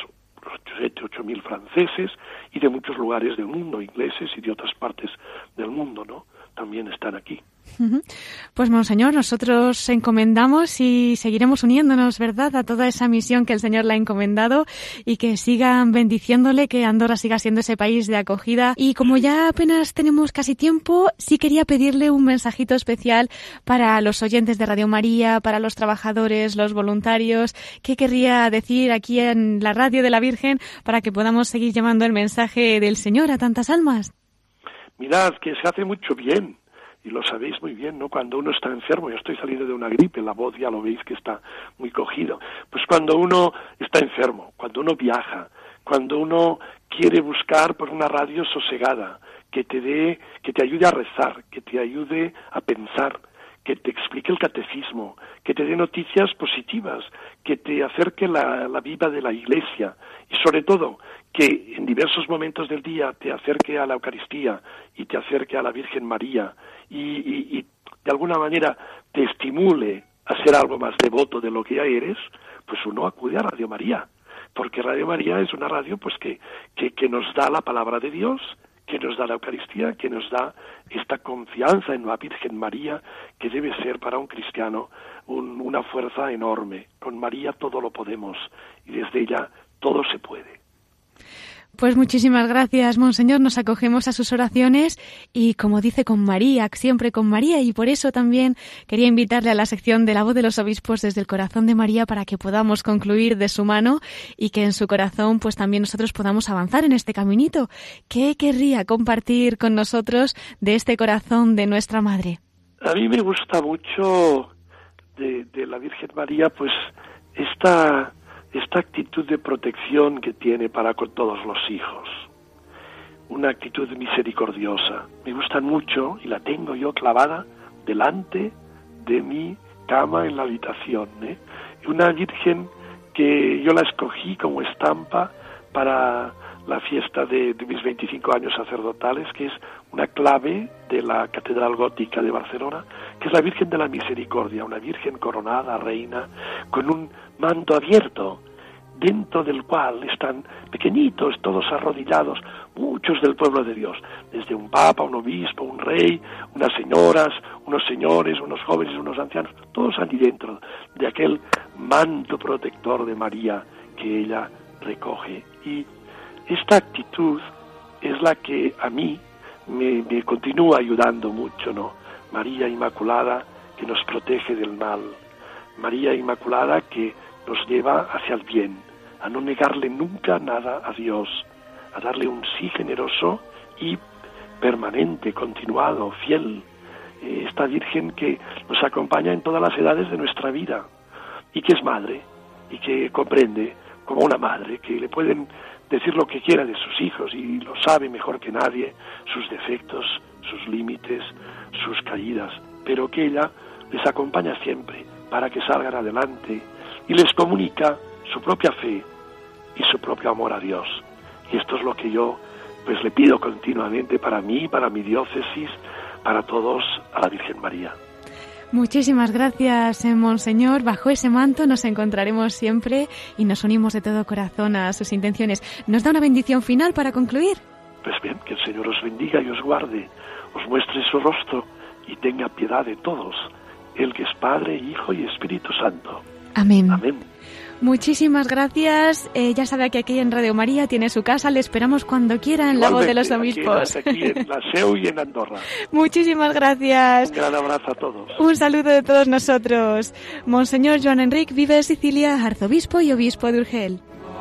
Speaker 4: 8.000 franceses y de muchos lugares del mundo, ingleses y de otras partes del mundo, ¿no? También están aquí.
Speaker 2: Pues, monseñor, nosotros encomendamos y seguiremos uniéndonos, ¿verdad?, a toda esa misión que el Señor le ha encomendado, y que sigan bendiciéndole, que Andorra siga siendo ese país de acogida. Y como ya apenas tenemos casi tiempo, sí quería pedirle un mensajito especial para los oyentes de Radio María, para los trabajadores, los voluntarios. ¿Qué querría decir aquí en la Radio de la Virgen para que podamos seguir llevando el mensaje del Señor a tantas almas?
Speaker 4: Mirad, que se hace mucho bien. Y lo sabéis muy bien, ¿no? Cuando uno está enfermo, yo estoy saliendo de una gripe, la voz ya lo veis que está muy cogido. Pues cuando uno está enfermo, cuando uno viaja, cuando uno quiere buscar por una radio sosegada, que te ayude a rezar, que te ayude a pensar, que te explique el catecismo, que te dé noticias positivas, que te acerque la vida de la Iglesia, y sobre todo que en diversos momentos del día te acerque a la Eucaristía y te acerque a la Virgen María y de alguna manera te estimule a ser algo más devoto de lo que ya eres, pues uno acude a Radio María. porque Radio María es una radio pues que nos da la palabra de Dios, que nos da la Eucaristía, que nos da esta confianza en la Virgen María, que debe ser para un cristiano una fuerza enorme. Con María todo lo podemos y desde ella todo se puede.
Speaker 2: Pues muchísimas gracias, Monseñor. Nos acogemos a sus oraciones y, como dice, con María, siempre con María. Y por eso también quería invitarle a la sección de La Voz de los Obispos desde el corazón de María para que podamos concluir de su mano y que en su corazón pues también nosotros podamos avanzar en este caminito. ¿Qué querría compartir con nosotros de este corazón de nuestra Madre?
Speaker 4: A mí me gusta mucho de la Virgen María pues esta actitud de protección que tiene para con todos los hijos, una actitud misericordiosa. Me gusta mucho y la tengo yo clavada delante de mi cama en la habitación, Una Virgen que yo la escogí como estampa para la fiesta de mis 25 años sacerdotales, que es una clave de la Catedral Gótica de Barcelona, que es la Virgen de la Misericordia, una Virgen coronada, reina, con un manto abierto, dentro del cual están pequeñitos, todos arrodillados, muchos del pueblo de Dios, desde un papa, un obispo, un rey, unas señoras, unos señores, unos jóvenes, unos ancianos, todos allí dentro de aquel manto protector de María que ella recoge. Y esta actitud es la que a mí me continúa ayudando mucho, ¿no? María Inmaculada, que nos protege del mal. María Inmaculada, que nos lleva hacia el bien, a no negarle nunca nada a Dios, a darle un sí generoso y permanente, continuado, fiel. Esta Virgen que nos acompaña en todas las edades de nuestra vida y que es madre y que comprende como una madre, que le pueden decir lo que quiera de sus hijos y lo sabe mejor que nadie, sus defectos, sus límites, sus caídas, pero que ella les acompaña siempre para que salgan adelante y les comunica su propia fe y su propio amor a Dios. Y esto es lo que yo pues le pido continuamente para mí, para mi diócesis, para todos, a la Virgen María.
Speaker 2: Muchísimas gracias, Monseñor. Bajo ese manto nos encontraremos siempre y nos unimos de todo corazón a sus intenciones. ¿Nos da una bendición final para concluir?
Speaker 4: Pues bien, que el Señor os bendiga y os guarde, os muestre su rostro y tenga piedad de todos, el que es Padre, Hijo y Espíritu Santo.
Speaker 2: Amén.
Speaker 4: Amén.
Speaker 2: Muchísimas gracias. Ya sabe que aquí en Radio María tiene su casa. Le esperamos cuando quiera en La Voz de los Obispos.
Speaker 4: Aquí en la SEU y en Andorra.
Speaker 2: Muchísimas gracias.
Speaker 4: Un gran abrazo a todos.
Speaker 2: Un saludo de todos nosotros. Monseñor Joan Enric Vives Sicilia, arzobispo y obispo de Urgel.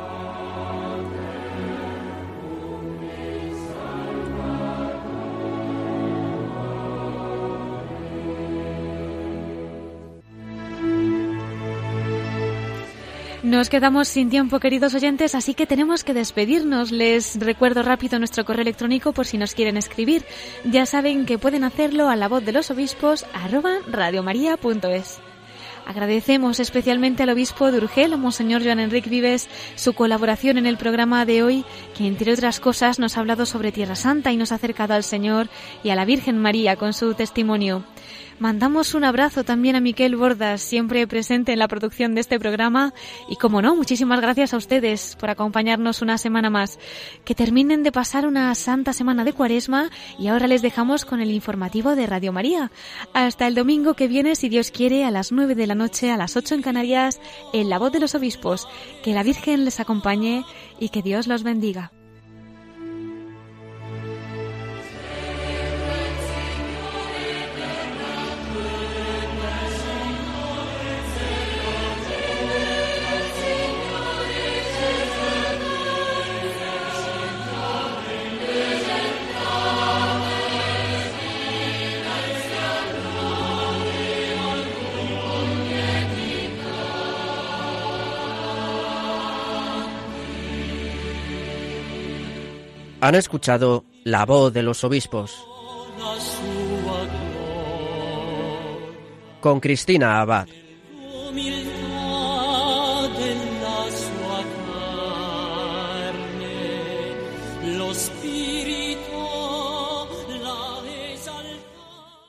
Speaker 2: Nos quedamos sin tiempo, queridos oyentes, así que tenemos que despedirnos. Les recuerdo rápido nuestro correo electrónico por si nos quieren escribir. Ya saben que pueden hacerlo a lavozdelosobispos@radiomaria.es. Agradecemos especialmente al obispo de Urgel, Monseñor Joan Enric Vives, su colaboración en el programa de hoy, que entre otras cosas nos ha hablado sobre Tierra Santa y nos ha acercado al Señor y a la Virgen María con su testimonio. Mandamos un abrazo también a Miquel Bordas, siempre presente en la producción de este programa. Y como no, muchísimas gracias a ustedes por acompañarnos una semana más. Que terminen de pasar una santa semana de Cuaresma y ahora les dejamos con el informativo de Radio María. Hasta el domingo que viene, si Dios quiere, a las 9 de la noche, a las 8 en Canarias, en La Voz de los Obispos. Que la Virgen les acompañe y que Dios los bendiga.
Speaker 1: Han escuchado La Voz de los Obispos con Cristina Abad.